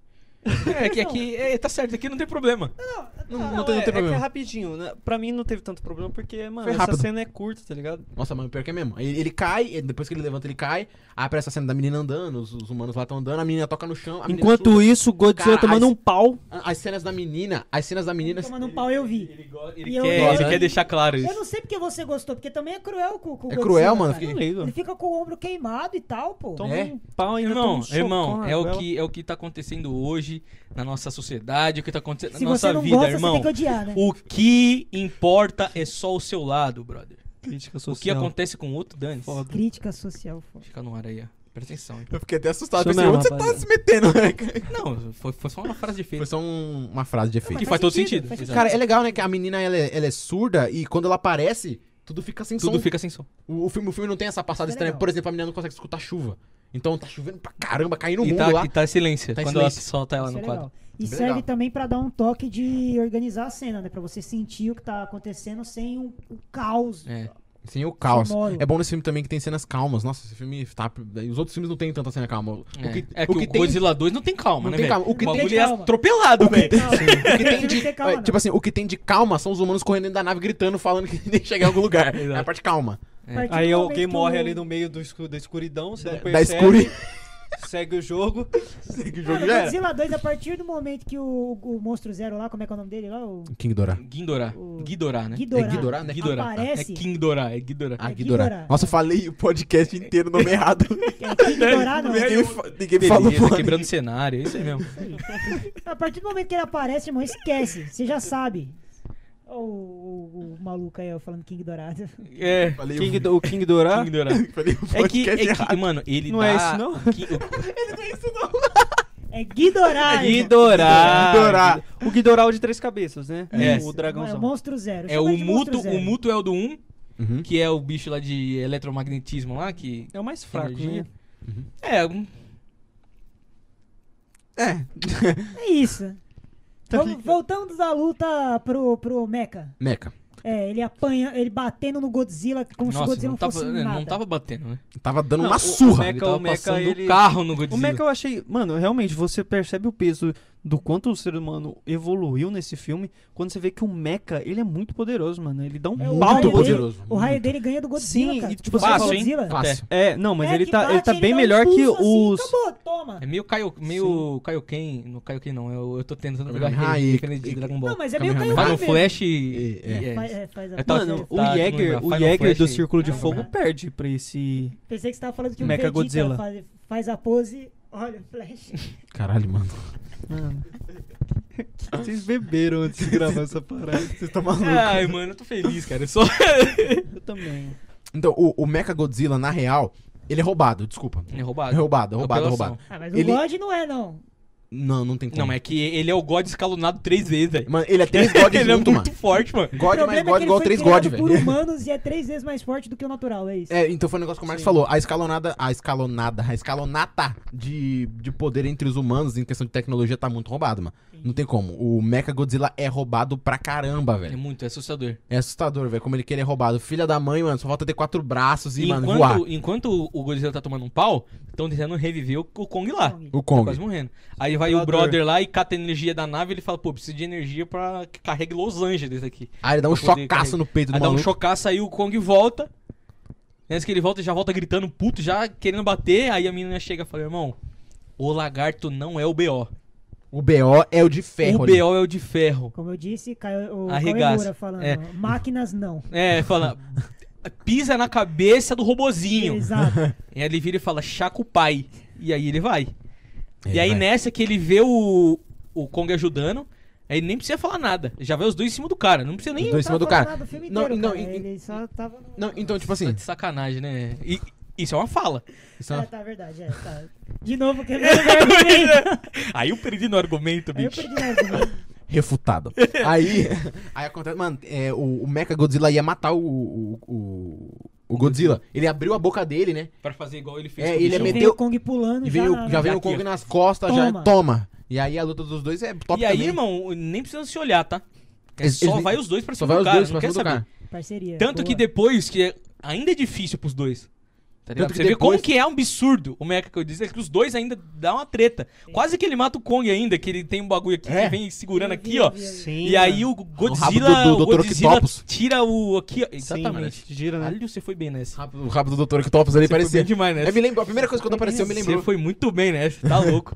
Aqui tá certo, aqui não tem problema. Não tem é que é problema. rapidinho, né? Pra mim não teve tanto problema porque, mano, Foi essa rápido. cena é curta, tá ligado? Nossa, mano, pior que é mesmo. Ele cai, depois que ele levanta, ele cai. Aí aparece a cena da menina andando, os humanos lá estão andando, a menina toca no chão. A menina Enquanto surda. isso, o Godzilla Cara, tomando um pau. As cenas da menina. Tomando um pau eu vi. Ele, E eu- quer, Nossa, ele né? quer deixar claro Eu isso. não sei porque você gostou, porque também é cruel com o É Godzilla, cruel, mano, cara. fiquei- Não ligo. Ele fica com o ombro queimado e tal, pô. Toma É? um pau e ainda toma um Irmão, socão na é goela. o que tá acontecendo hoje na nossa sociedade, o que tá acontecendo Se na você nossa não vida, gosta, irmão. você tem que odiar, né? O que importa é só o seu lado, brother. Crítica O que social. acontece com o outro, dane. Foda. Crítica social, foda. Fica no ar aí, ó. Presta atenção, hein. Eu fiquei até assustado. Isso Pensei, mesmo, onde você tá rapaziada. se metendo, né? Não, foi só uma frase de Foi efeito. só uma frase de efeito. Que Mas faz todo sentido, sentido. faz Exato. Cara, é legal, né? Que a menina ela é surda e quando ela aparece, tudo fica sem Tudo som. fica sem som. O filme não tem essa passada Isso é estranha. legal. Por exemplo, a menina não consegue escutar chuva. Então tá chovendo pra caramba, caindo no E mundo lá. tá silêncio. Tá em quando silêncio. ela solta ela Isso no é quadro. legal. E Bem serve legal. também pra dar um toque de organizar a cena, né? Pra você sentir o que tá acontecendo sem o caos. É. Sim, o caos. Sonoro. É bom nesse filme também que tem cenas calmas. Nossa, esse filme tá. Os outros filmes não tem tanta cena calma. O Godzilla 2 não tem calma, Não né, tem velho? calma. O que bagulho tem é calma. atropelado, velho. Calma. O que tem Não de, tem calma, não. tipo assim, o que tem de calma são os humanos correndo dentro da nave gritando, falando que nem chegar em algum lugar. É a parte calma. A partir Aí do alguém momento que morre o- ali no meio da escuridão, você não Da percebe, escuri. segue o jogo. Segue o Mano, jogo já era. Godzilla 2, a partir do momento que o Monstro Zero lá, como é que é o nome dele lá? O King Dora. Ghidorah. O- Ghidorah, né? Ghidorah. É Ghidorah, né? Ghidorah. Aparece. É Ghidorah, é Ghidorah. Ah, É Ghidorah. Ghidorah. Nossa, eu falei o podcast inteiro nome errado. É King Dorado, não. Ninguém falou Beleza, porra. quebrando cenário, é isso aí mesmo. A partir do momento que ele aparece, irmão, esquece. Você já sabe. Ó, o maluco aí, ó, falando King Dourado. É, Falei O King Dora. Ghidorah. falei o É que, podcast errado. mano, ele Não dá... é isso, não? É Ghidorah. irmão. Ghidorah. Ghidorah. O Ghidorah é o de 3 cabeças, né? É. O É o dragãozão. Monstro Zero. É Chama o de Monstro Muto, Zero. o Muto é o do 1, Uhum. que é o bicho lá de eletromagnetismo lá, que... É o mais fraco, Energia. né? É, É isso. Tá Voltando da luta pro Mecha. Mecha. Ele batendo no Godzilla como se o Nossa, Godzilla não fosse nada. não tava batendo, né? Tava dando Não, uma o surra. Mecha- Ele tava o Mecha, passando ele- o carro no O Godzilla. Mecha eu achei... Mano, realmente, você percebe o peso do quanto o ser humano evoluiu nesse filme quando você vê que o Mecha, ele é muito poderoso, mano. Ele dá um O pau raio no dele- Godzilla. O raio dele ganha do Godzilla, Sim, cara. e tipo, você Fácil, fala- hein? Godzilla. Fácil. Não, mas ele que tá bate, bem dá um melhor que impulso assim, os... acabou, toma. É meio Kaioken. No Kaioken não, eu tô tentando pegar Kamehameha referência de Dragon Ball. Não, mas é meio Kamehameha. Vai no Kaioken Flash Faz a É, tá- Mano, o tá, Jäger, não lembra. do Flash- Círculo de Ah, Fogo não. perde pra esse... Pensei que você tava falando que o Mecha Vegeta Godzilla. faz a pose, olha o Flash. Caralho, mano. Mano. Vocês beberam antes de gravar essa parada. Vocês estão malucos. Ai, mano, eu tô feliz, cara. Eu só... Eu também. Então, o Mecha Godzilla, na real, ele é roubado, desculpa. É roubado. É roubado. Apelação. Mas Ele- o God não é, não. Não tem como. Não, mas é que ele é o God escalonado 3 vezes, velho. Mano, ele é 3 God Ele é junto, muito mano. forte, mano. God o mais problema é God que igual ele 3 foi God, criado por velho. humanos e é 3 vezes mais forte do que o natural, é isso. Então foi um negócio que o Marcos falou. A escalonata de poder entre os humanos em questão de tecnologia tá muito roubado, mano. Não tem como. O Mecha Godzilla é roubado pra caramba, É velho. muito, é assustador. É assustador, velho. Como ele quer é roubado. Filha da mãe, mano, só falta ter 4 braços e, mano, voar. Enquanto o Godzilla tá tomando um pau, estão tentando reviver o Kong lá. O Tá Kong. quase morrendo. Aí vai o Voador. brother lá e cata a energia da nave e ele fala, pô, preciso de energia pra que carregue Los Angeles aqui. Aí ele dá um Pra poder chocaço carregar. no peito do Aí dá um maluco. chocaço, aí o Kong volta. Antes que ele volta, ele já volta gritando puto, já querendo bater. Aí a menina chega e fala, irmão, o lagarto não é o B.O. O BO é o de ferro O ali. B.O. é o de ferro. Como eu disse, o Arregaça. Moura falando, É. máquinas não. É, fala, pisa na cabeça do robozinho. Exato. E aí ele vira e fala, chaca o pai. E aí ele vai. Ele E aí vai. nessa que ele vê o Kong ajudando, aí nem precisa falar nada. Já vê os dois em cima do cara. Não precisa nem... Os dois em cima do Tava cara. lá do filme Não, inteiro, não, cara. e- Ele só tava no... Não, então, tipo Tá assim. de sacanagem, né? E isso é uma fala. Isso é- Tá, verdade, tá. De novo, quebrando meu argumento. Aí eu perdi no argumento, Aí eu bicho. perdi o argumento. refutado. aí acontece, mano, o Mecha Godzilla ia matar o Godzilla. Ele abriu a boca dele, né? Pra fazer igual ele fez É, com o ele bichão. meteu- Veio o Kong pulando E já, vem, na- já vem já o Kong aqui, ó. nas costas, já Toma. toma. E aí a luta dos dois é top E aí, também. irmão, nem precisa se olhar, tá? Eles- Só eles- vai os dois pra Só cima vai do os cara, dois não pra quer cima do saber. cara. Parceria. Tanto boa. que depois, que ainda é difícil pros dois. Tá ligado? Tanto que Você vê depois- como que é um absurdo o Mecha que eu disse, é que os dois ainda dá uma treta. Quase que ele mata o Kong ainda, que ele tem um bagulho aqui É. que vem segurando Eu aqui, vi, ó. eu vi. Sim. E aí o Godzilla, do o Godzilla Octopus. tira o aqui, ó. Sim, Exatamente. gira, né? Olha, você foi bem nessa. O rabo do Dr. Octopus ali Você foi parecia. bem demais nessa. É, me lembrou, a primeira coisa que quando apareceu me lembrou. Você foi muito bem nessa, tá louco.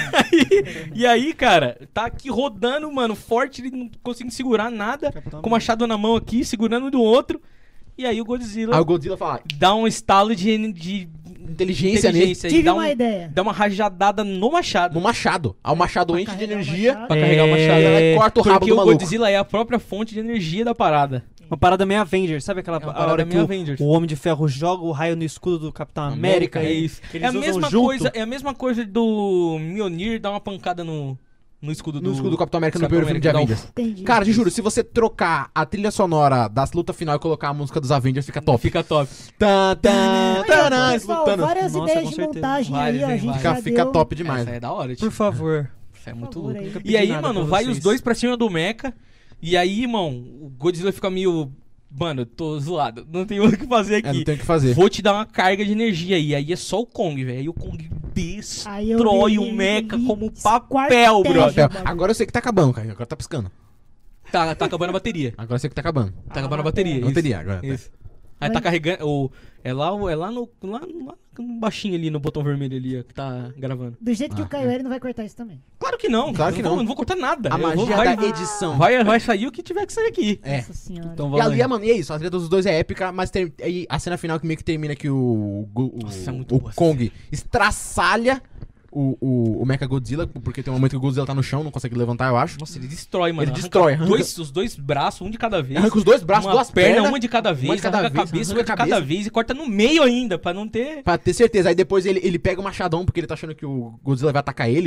E aí, cara, tá aqui rodando, mano, forte, ele não conseguindo segurar nada, Capitão com o machado na mão aqui, segurando um do outro. E aí o Godzilla Aí o Godzilla fala, dá um estalo de inteligência nele. e Tive dá, uma ideia. dá uma rajadada no machado. No machado. Aí o machado Pra enche de carregar o energia. machado. Pra carregar o machado. Ela corta o rabo Porque do o maluco. Godzilla é a própria fonte de energia da parada. Uma parada meio Avengers, sabe aquela É uma a parada hora que meio o, Avengers. o Homem de Ferro joga o raio no escudo do Capitão América? América, e isso. Eles É a usam mesma junto. coisa, é a mesma coisa do Mjolnir dar uma pancada no escudo do No escudo do Capitão América no Capitão primeiro filme de América, Avengers. Entendi. Cara, te juro, se você trocar a trilha sonora das lutas final e colocar a música dos Avengers, fica top. Fica top. Tá, tá, Aí, tá, ó, pessoal, lutando. várias Nossa, ideias com de certeza. montagem Várias, aí, a hein, gente várias. já Fica deu. top demais. Essa é da hora, Por tio. favor. Isso é muito favor, louco. aí. Nunca E pedi aí, nada mano, pra vai vocês. os dois pra cima do Mecha. E aí, irmão, o Godzilla fica meio... Mano, eu tô zoado. Não tem o que fazer É, aqui. não tem o que fazer. Vou te dar uma carga de energia aí. Aí é só o Kong, velho. Aí o Kong Aí eu destrói vi- o Mecha vi- como esquarteja papel, o brother. bagulho. Agora eu sei que tá acabando, cara. Agora tá piscando. Tá acabando a bateria. Agora eu sei que tá acabando. Tá acabando a bateria. isso. Bateria agora. Isso. Aí Mas- tá carregando. É lá no baixinho ali, no botão vermelho ali, ó, que tá gravando. Do jeito que Ah, o Caio L não vai cortar isso também. Claro que não. Claro que Eu vou- não. Não vou cortar nada. A Eu vou- magia vai, da edição. vai sair o que tiver que sair aqui. É. Nossa senhora. Então E ali, valeu. mano, e é isso. A treta dos dois é épica, mas tem aí a cena final que meio que termina que o Nossa, é muito o boa essa Kong estraçalha o Mecha Godzilla, porque tem um momento que o Godzilla tá no chão, não consegue levantar, eu acho. Nossa, ele destrói, mano. Ele Arranca destrói, arranca- os dois braços, um de cada vez. Arranca os dois braços, uma duas perna, pernas, uma de cada vez, uma de cada arranca a vez, cabeça, arranca uma de a cada cabeça. vez e corta no meio ainda, pra não ter... Pra ter certeza. Aí depois ele pega o machadão, porque ele tá achando que o Godzilla vai atacar ele.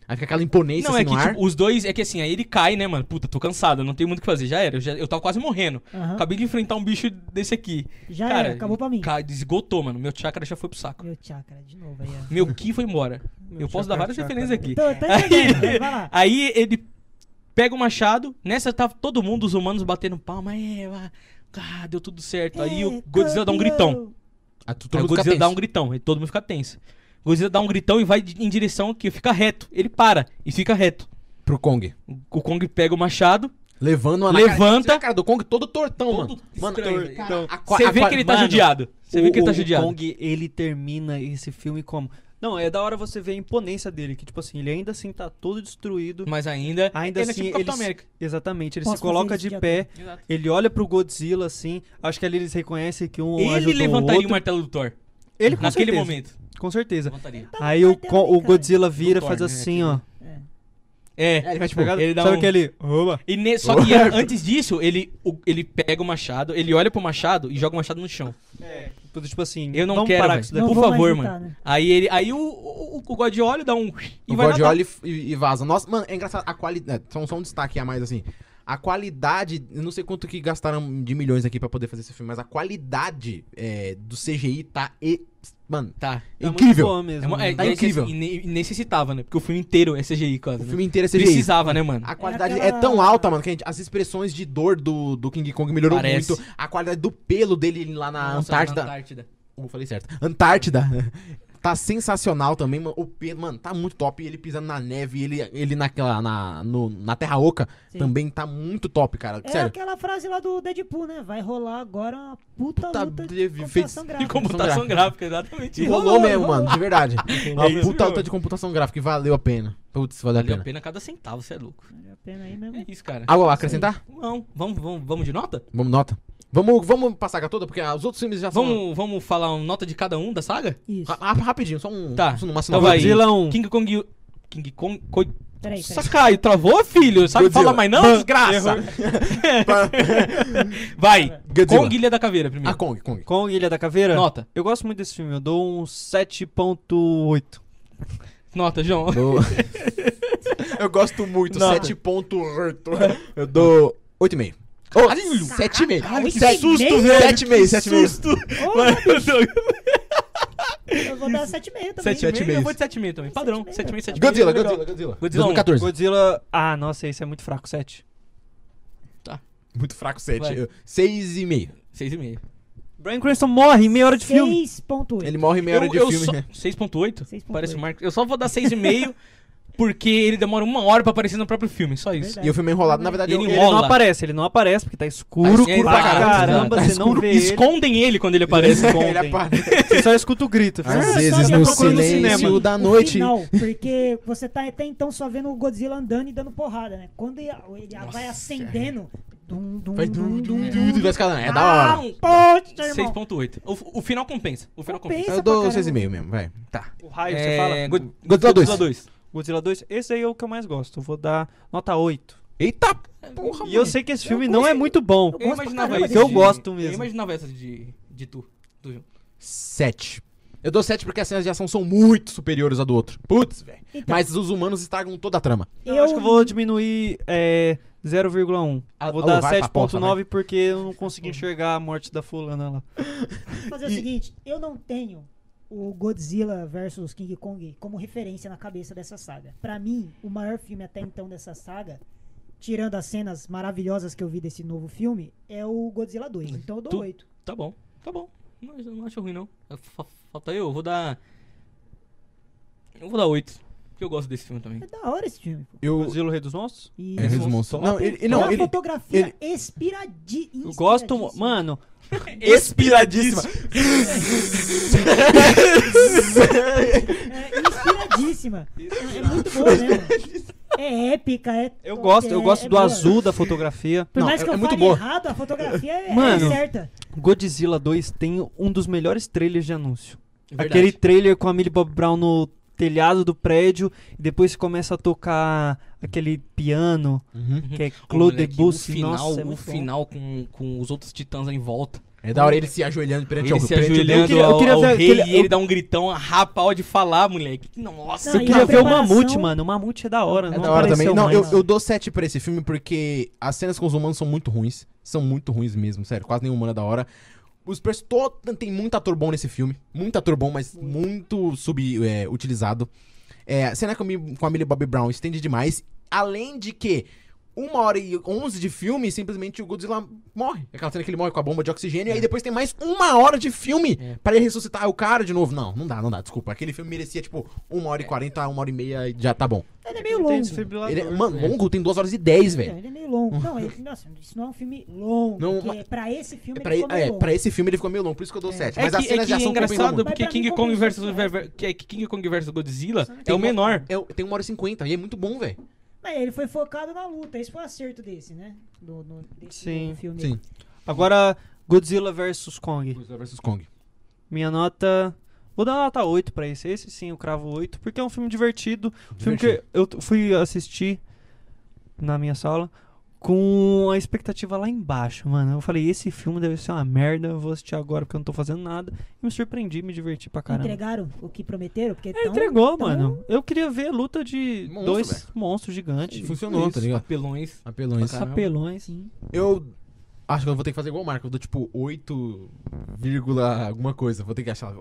Aí fica aquela imponência Não, assim é que, no ar. tipo, os dois... É que assim, aí ele cai, né, mano? Puta, tô cansado, não tenho muito o que fazer. Já era, eu tava quase morrendo. Aham. Acabei de enfrentar um bicho desse aqui. Já Cara, era, acabou pra mim. Esgotou, mano. Meu chakra já foi pro saco. Meu chakra, de novo aí, ó. Meu ki foi embora. Eu posso dar várias referências aqui. Tô entendendo, vai lá. Aí ele pega o machado. Nessa tava todo mundo, os humanos batendo palma. Deu tudo certo. Aí o Godzilla dá um gritão. Aí Aí o Godzilla dá um gritão. Aí todo mundo fica tenso. O Godzilla dá um gritão e vai em direção que fica reto. Ele para e fica reto. Pro Kong. O Kong pega o machado. Levanta. Levanta. A cara do Kong todo tortão, Todo mano. Mano, estranho, cara, velho. a Você vê que ele tá Mano, judiado. Você vê que ele tá judiado. O Kong, ele termina esse filme como... Não, é da hora você ver a imponência dele, que tipo assim, ele ainda assim tá todo destruído. Mas ainda Ainda ele é assim, tipo Capitão América. Exatamente, ele Posso se coloca fazer isso de de pé, Exato. ele olha pro Godzilla assim, acho que ali eles reconhecem que um Ele ajudou o levantaria o outro. martelo do Thor. Ele com Naquele certeza, momento. com certeza. Levantaria. Tá Aí no o, martelo aí, o cara. Godzilla vira e Thor, faz né, assim, ó. É. ele vai tipo... Pegado? ele dá Sabe um- aquele... Oba. Só que antes disso, ele pega o machado, ele olha pro machado e joga o machado no chão. Tudo tipo assim, Eu não vamos quero, parar velho. com isso daqui. Não Por vou mais favor, lutar, mano. né? Aí o God olha, dá um... E O vai God nadar. olha e vaza. Nossa, mano, é engraçado. A qualidade. Só um destaque a mais, assim. A qualidade. Eu não sei quanto que gastaram de milhões aqui pra poder fazer esse filme, mas a qualidade do CGI tá. Mano, Tá. É muito incrível. boa mesmo. É, né? Tá incrível. E necessitava, né? Porque o filme inteiro é CGI, quase. O né? filme inteiro é CGI. Precisava, né, mano? A qualidade aquela- é tão alta, mano, que as expressões de dor do King Kong melhorou Parece. muito. A qualidade do pelo dele lá na Nossa, Antártida. na Antártida. Eu falei certo. Antártida. Tá sensacional também, mano. O pelo, mano, tá muito top. Ele pisando na neve, ele naquela. Na Terra Oca Sim. também tá muito top, cara. É Sério. aquela frase lá do Deadpool, né? Vai rolar agora uma puta luta de teve- computação De gráfica. computação gráfica, exatamente. E isso. rolou mesmo, mano, de verdade. Uma isso puta mesmo. luta de computação gráfica e valeu a pena. Putz, valeu a Valeu a pena. pena cada centavo, você é louco. Vale a pena aí mesmo. É isso, cara. Algo a acrescentar? Não, vamos de nota? Vamos, nota. Vamos passar a toda, porque os outros filmes já são. Vamos falar uma nota de cada um da saga? Isso. Rapidinho, só um. Tá. Uma Então vai. Godzilla 1. King Kong... Peraí. Nossa, Caio, travou, filho? Sabe Godzilla. falar mais não, desgraça? Vai. Godzilla. Kong Ilha da Caveira Ah, primeiro. Kong. Com Ilha da Caveira? Nota. Eu gosto muito desse filme, eu dou um 7.8. Nota, João. Eu gosto muito, Nota. 7.8. Eu dou 8,5. Oh, 7,5. Caralho, que Sete susto, meio? velho. 7,5, 7,5. Susto. Ô, Mano, Eu vou dar 7,5 também. 7,5. Eu vou de 7,5 também. Padrão. 7,5, 7,5. Godzilla, Legal. Godzilla. Godzilla 2014. Godzilla... Ah, nossa, esse é muito fraco, 7. Muito fraco, 7. Vai. 6,5. 6,5. Bryan Cranston morre em meia hora de filme. 6,8. Ele morre em meia hora de Eu filme. só... né? 6,8? 6,8. Parece o Marcos. Eu só vou dar 6,5 porque ele demora 1 hora pra aparecer no próprio filme. Só isso. Verdade. E o filme é enrolado, na verdade, Ele Ele enrola. não aparece porque tá escuro, Tá escuro pra pra caramba, caramba, tá você não escuro. vê ele. Escondem ele quando ele aparece. Ele aparece. Você só escuta o grito. Às Você vezes sabe no a procura do silêncio cinema. da O noite. final, porque você tá até então só vendo o Godzilla andando e dando porrada, né? Quando ele vai acendendo. Vai vai escalando. É da hora. Poxa, irmão. 6,8. O final compensa. O final compensa. Compensa. Eu dou pra caramba. 6,5 mesmo, vai. Tá. O raio, você fala? Godzilla 2. Godzilla 2. Godzilla 2, esse aí é o que eu mais gosto. Eu vou dar nota 8. Eita porra, E eu sei que esse filme não é muito bom. Eu imaginava caramba isso. desse de- eu gosto mesmo. Eu imaginava essa de tu. 7. Eu dou 7 porque as cenas de ação são muito superiores à do outro. Putz, velho. Então, Mas os humanos estragam toda a trama. Eu acho que eu vou diminuir 0,1. Vou dar vai pra poça, 7,9 porque eu não consegui enxergar a morte da fulana lá. Vou fazer o seguinte, eu não tenho o Godzilla versus King Kong como referência na cabeça dessa saga. Pra mim, o maior filme até então dessa saga, tirando as cenas maravilhosas que eu vi desse novo filme, é o Godzilla 2. Então eu dou 8. Tá bom. Mas eu não acho ruim, não. Falta eu vou dar... Eu vou dar 8. Porque eu gosto desse filme também. É da hora esse filme. Pô. Eu. Godzilla, o Rei dos Monstros? E É, Reis dos Monstros. Não, ele. Não, uma ele. fotografia inspiradíssima. Eu gosto... Mano, Expiradíssima. É inspiradíssima. É muito boa mesmo. É épica, eu gosto do boa. azul da fotografia. Por Não, mais que é eu muito fale boa. errado, a fotografia é Mano, certa. Godzilla 2 tem um dos melhores trailers de anúncio. Verdade. Aquele trailer com a Millie Bob Brown no telhado do prédio e depois começa a tocar aquele piano que é Ô, Claude moleque, Debussy. o Nossa, é muito bom. final com os outros titãs em volta. É da hora ele se ajoelhando perante Ele se perante o ajoelhando Deus. Eu queria ao ver rei aquele- e ele dá um gritão, rapaz de falar, moleque. Nossa, Não, Eu e queria a ver o preparação- Mamute, mano. O Mamute é da hora. É não da hora também. apareceu Não, mais. eu dou 7 pra esse filme porque as cenas com os humanos são muito ruins. São muito ruins mesmo, sério. Quase nenhum humano é da hora. Tem muito ator bom nesse filme. Muito ator bom, mas muito subutilizado. A cena com a Millie Bobby Brown estende demais. Além de que 1h11 de filme, simplesmente o Godzilla morre. Aquela cena que ele morre com a bomba de oxigênio. E aí depois tem mais 1h de filme pra ele ressuscitar o cara de novo. Não dá, desculpa. Aquele filme merecia, tipo, 1h40, 1h30 e já tá bom. Ele é meio Tem longo. desfibrilador. Mano, longo tem 2h10, velho. Ele é meio longo. Não, nossa, isso não é um filme longo. Não, porque mas- pra esse filme ele ficou meio longo. Pra esse filme ele ficou meio longo, por isso que eu dou 7. Mas é as que, cenas de ação compensam engraçado, muito. porque Mas pra King mim Kong compensa King Kong vs Godzilla é Tem o menor. Tem 1h50 e é muito bom, velho. Mas ele foi focado na luta. Esse foi o acerto desse, né? Desse Sim. filme. Sim. Agora, Godzilla vs Kong. Godzilla vs Kong. Minha nota... Vou dar nota 8 pra esse. Esse sim, eu cravo 8. Porque é um filme divertido. Filme que eu fui assistir na minha sala com a expectativa lá embaixo, mano. Eu falei, esse filme deve ser uma merda. Eu vou assistir agora porque eu não tô fazendo nada. E me surpreendi, me diverti pra caramba. Entregaram o que prometeram? Porque Entregou, mano. Eu queria ver a luta de Monstro, dois velho. monstros gigantes. Funcionou, tá ligado? Apelões. Apelões. Caramba. Apelões. Sim. Eu acho que eu vou ter que fazer igual o Marco. Eu dou tipo 8, alguma coisa. Vou ter que achar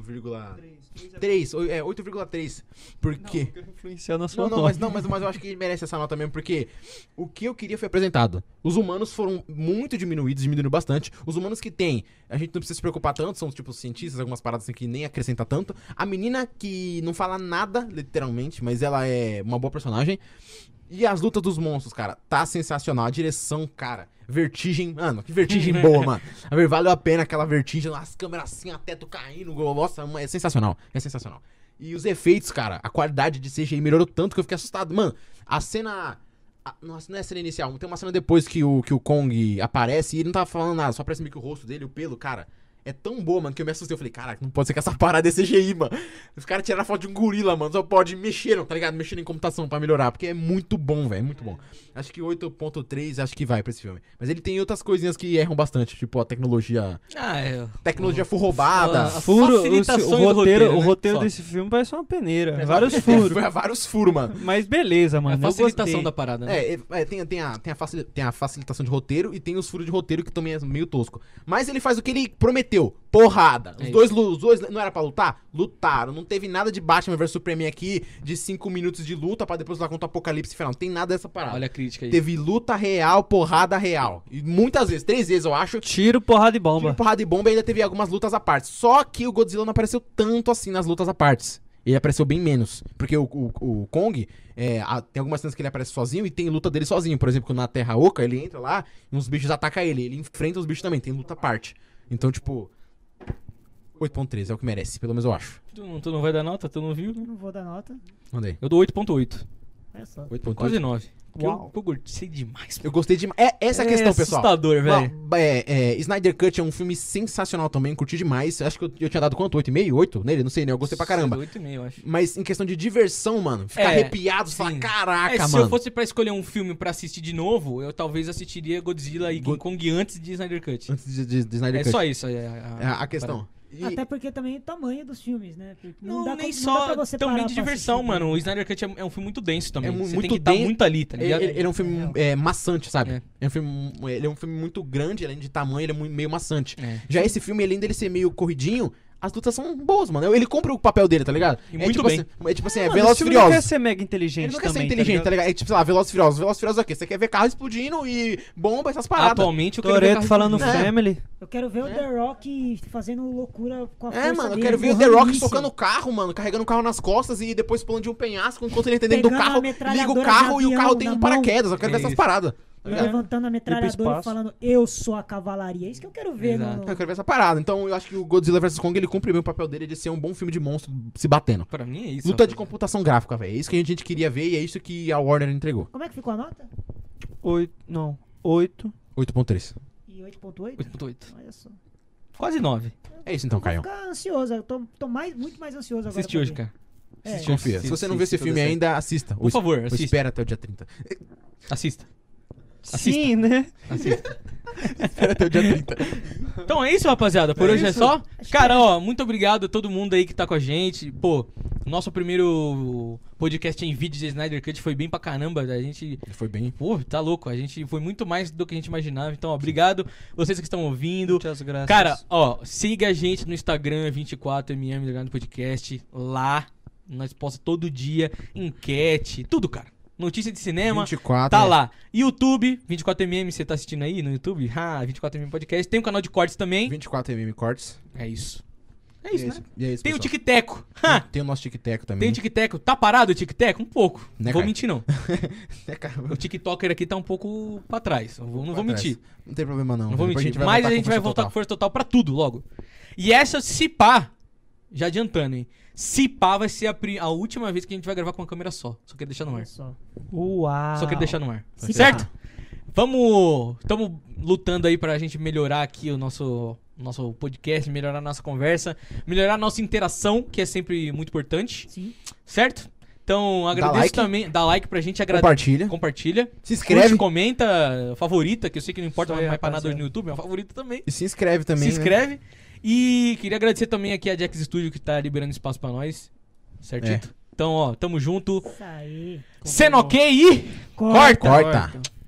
8,3. 8,3. Porque. Não, quero influenciar na sua Não, nota. mas eu acho que merece essa nota mesmo, porque o que eu queria foi apresentado. Os humanos foram muito diminuíram bastante. Os humanos que tem, a gente não precisa se preocupar tanto, são tipo cientistas, algumas paradas assim que nem acrescenta tanto. A menina que não fala nada, literalmente, mas ela é uma boa personagem. E as lutas dos monstros, cara, tá sensacional. A direção, cara, vertigem, mano, que vertigem boa, mano. Valeu a pena aquela vertigem, as câmeras assim, a teto caindo, nossa, é sensacional, é sensacional. E os efeitos, cara, a qualidade de CGI melhorou tanto que eu fiquei assustado. Mano, a cena... Nossa, não é a cena inicial, tem uma cena depois que o Kong aparece e ele não tava falando nada, só aparece meio que o rosto dele, o pelo, cara... É tão boa, mano, que eu me assustei. Eu falei, caraca, não pode ser que essa parada é CGI, mano. Os caras tiraram a foto de um gorila, mano. Só pode mexeram, tá ligado? Mexeram em computação pra melhorar. Porque é muito bom, velho. É muito bom. Acho que 8.3 acho que vai pra esse filme. Mas ele tem outras coisinhas que erram bastante. Tipo a tecnologia. Tecnologia full roubada. Facilitações do roteiro, O né? roteiro Só. desse filme parece uma peneira. Vários furos. Vários furos, mano. Mas beleza, A mano. eu facilitação gostei. da parada, né? Tem a facilitação de roteiro e tem os furos de roteiro que também é meio tosco. Mas ele faz o que ele prometeu. Porrada. Os dois não era pra lutar? Lutaram. Não teve nada de Batman vs Superman aqui, de 5 minutos de luta pra depois lá contra o apocalipse final. Não tem nada dessa parada. Olha a crítica aí. Teve luta real, porrada real. E muitas vezes, 3 vezes eu acho. Tiro, porrada e bomba. Tiro, porrada e bomba e ainda teve algumas lutas à parte. Só que o Godzilla não apareceu tanto assim nas lutas à parte. Ele apareceu bem menos. Porque o Kong, tem algumas cenas que ele aparece sozinho e tem luta dele sozinho. Por exemplo, na Terra Oca, ele entra lá e uns bichos atacam ele. Ele enfrenta os bichos também, tem luta à parte. Então, tipo... 8.3 é o que merece, pelo menos eu acho. Tu não vai dar nota? Tu não viu? Não vou dar nota. Mandei. Eu dou 8.8. Olha só. 8.8. Quase 9. Porque Uau. eu gostei demais. Eu gostei demais. Essa é a questão, pessoal. Assustador, velho. Snyder Cut é um filme sensacional também, curti demais. Acho que eu tinha dado quanto? 8,5? 8 nele? Não sei, né? Eu gostei pra caramba. 8,5, eu acho. Mas em questão de diversão, mano, ficar É, arrepiado, você fala, sim. caraca, Se mano. eu fosse pra escolher um filme pra assistir de novo, eu talvez assistiria Godzilla e King Kong antes de Snyder Cut. Antes de Snyder É Cut. só isso. A questão. E- Até porque também o tamanho dos filmes, né? Porque Não, dá nem como- não dá só pra você também parar de pra diversão, assistir, mano. né? O Snyder Cut é um filme muito denso também. É Você muito tem que estar denso. muito ali, tá ligado? Ele é um filme maçante, sabe? É. Ele é um filme muito grande, além de tamanho, ele é meio maçante. É. Já esse filme, além dele ser meio corridinho, as lutas são boas, mano. Ele cumpre o papel dele, tá ligado? E muito tipo bem. Assim, é tipo assim, Mano, Velozes esse e filme não quer Furiosos. ser mega inteligente Ele não quer também, ser inteligente, tá tá ligado? ligado? É tipo, sei lá, Velozes e Furiosos. Velozes e Furiosos é o quê? Você quer ver carro explodindo e bomba, essas paradas. Atualmente eu quero ver Toretto carro falando explodindo. Family. Eu quero ver o The Rock fazendo loucura com a força É, mano, eu dele, quero ver o The voando Rock míssil. socando o carro, mano, carregando o carro nas costas e depois pulando de um penhasco enquanto ele tá dentro do Pegando carro, a metralhadora liga o carro de e o carro avião tem na um mão. paraquedas. Eu quero ver É essas isso. paradas. Tá ligado? Levantando a metralhadora e espaço. falando, eu sou a cavalaria. É isso que eu quero ver. Exato. No... Eu quero ver essa parada. Então eu acho que o Godzilla vs Kong ele cumpre bem o papel dele de ser um bom filme de monstro se batendo. Pra mim é isso. Luta de rapaz. computação gráfica, velho. É isso que a gente queria ver e é isso que a Warner entregou. Como é que ficou a nota? 8. 8.3. E 8.8? 8.8. Olha só. Quase 9. É isso então, Vou Caio. ficar ansioso. Eu tô muito mais ansioso agora. Assisti pra hoje, ver. cara. Confia. Se você não viu esse filme ainda, assista. Por favor, Ou assista. espera até o dia 30. Assista. Sim, né? Assista. Espera até o dia 30. Então é isso, rapaziada. Por hoje é só. Cara, ó, muito obrigado a todo mundo aí que tá com a gente. Pô, nosso primeiro podcast em vídeo de Snyder Cut foi bem pra caramba. A gente... Foi bem. Pô, tá louco. A gente foi muito mais do que a gente imaginava. Então, ó, obrigado vocês que estão ouvindo. Muitas graças. Cara, ó, siga a gente no Instagram, 24mm Podcast. Lá, nós postamos todo dia, enquete, tudo, cara. Notícia de cinema, 24, tá lá. YouTube, 24mm, você tá assistindo aí no YouTube? 24mm Podcast. Tem um canal de cortes também. 24mm Cortes. É isso. É isso, né? E é isso, Tem o pessoal. Tic-Teco. Tem o nosso Tic-Teco também. Tem o Tic-Teco. Tá parado o Tic-Teco? Um pouco. Né, Não vou cara? mentir, não. É, cara, O TikToker aqui tá um pouco pra trás. Não vou pra mentir. trás. Não tem problema não. Não vou Depois mentir. Mas a gente vai voltar com força total pra tudo logo. E essa, se pá, já adiantando, hein? Se pá, vai ser a última vez que a gente vai gravar com uma câmera só. Só queria deixar no ar. Olha só. Uau. Só queria deixar no ar. Se Certo? pá. Estamos lutando aí pra gente melhorar aqui o nosso podcast, melhorar a nossa conversa, melhorar a nossa interação, que é sempre muito importante. Sim. Certo? Então, agradeço like. também. Dá like pra gente. Compartilha. Se inscreve. Curte, comenta. Favorita, que eu sei que não importa Isso aí, mais pra nada hoje rapaziada. no YouTube. É uma favorita também. E se inscreve também. Se inscreve. E queria agradecer também aqui a Jax Studio que tá liberando espaço pra nós. Certito? Então, ó, tamo junto. Isso aí. Sendo ok e... Corta. Corta. Corta.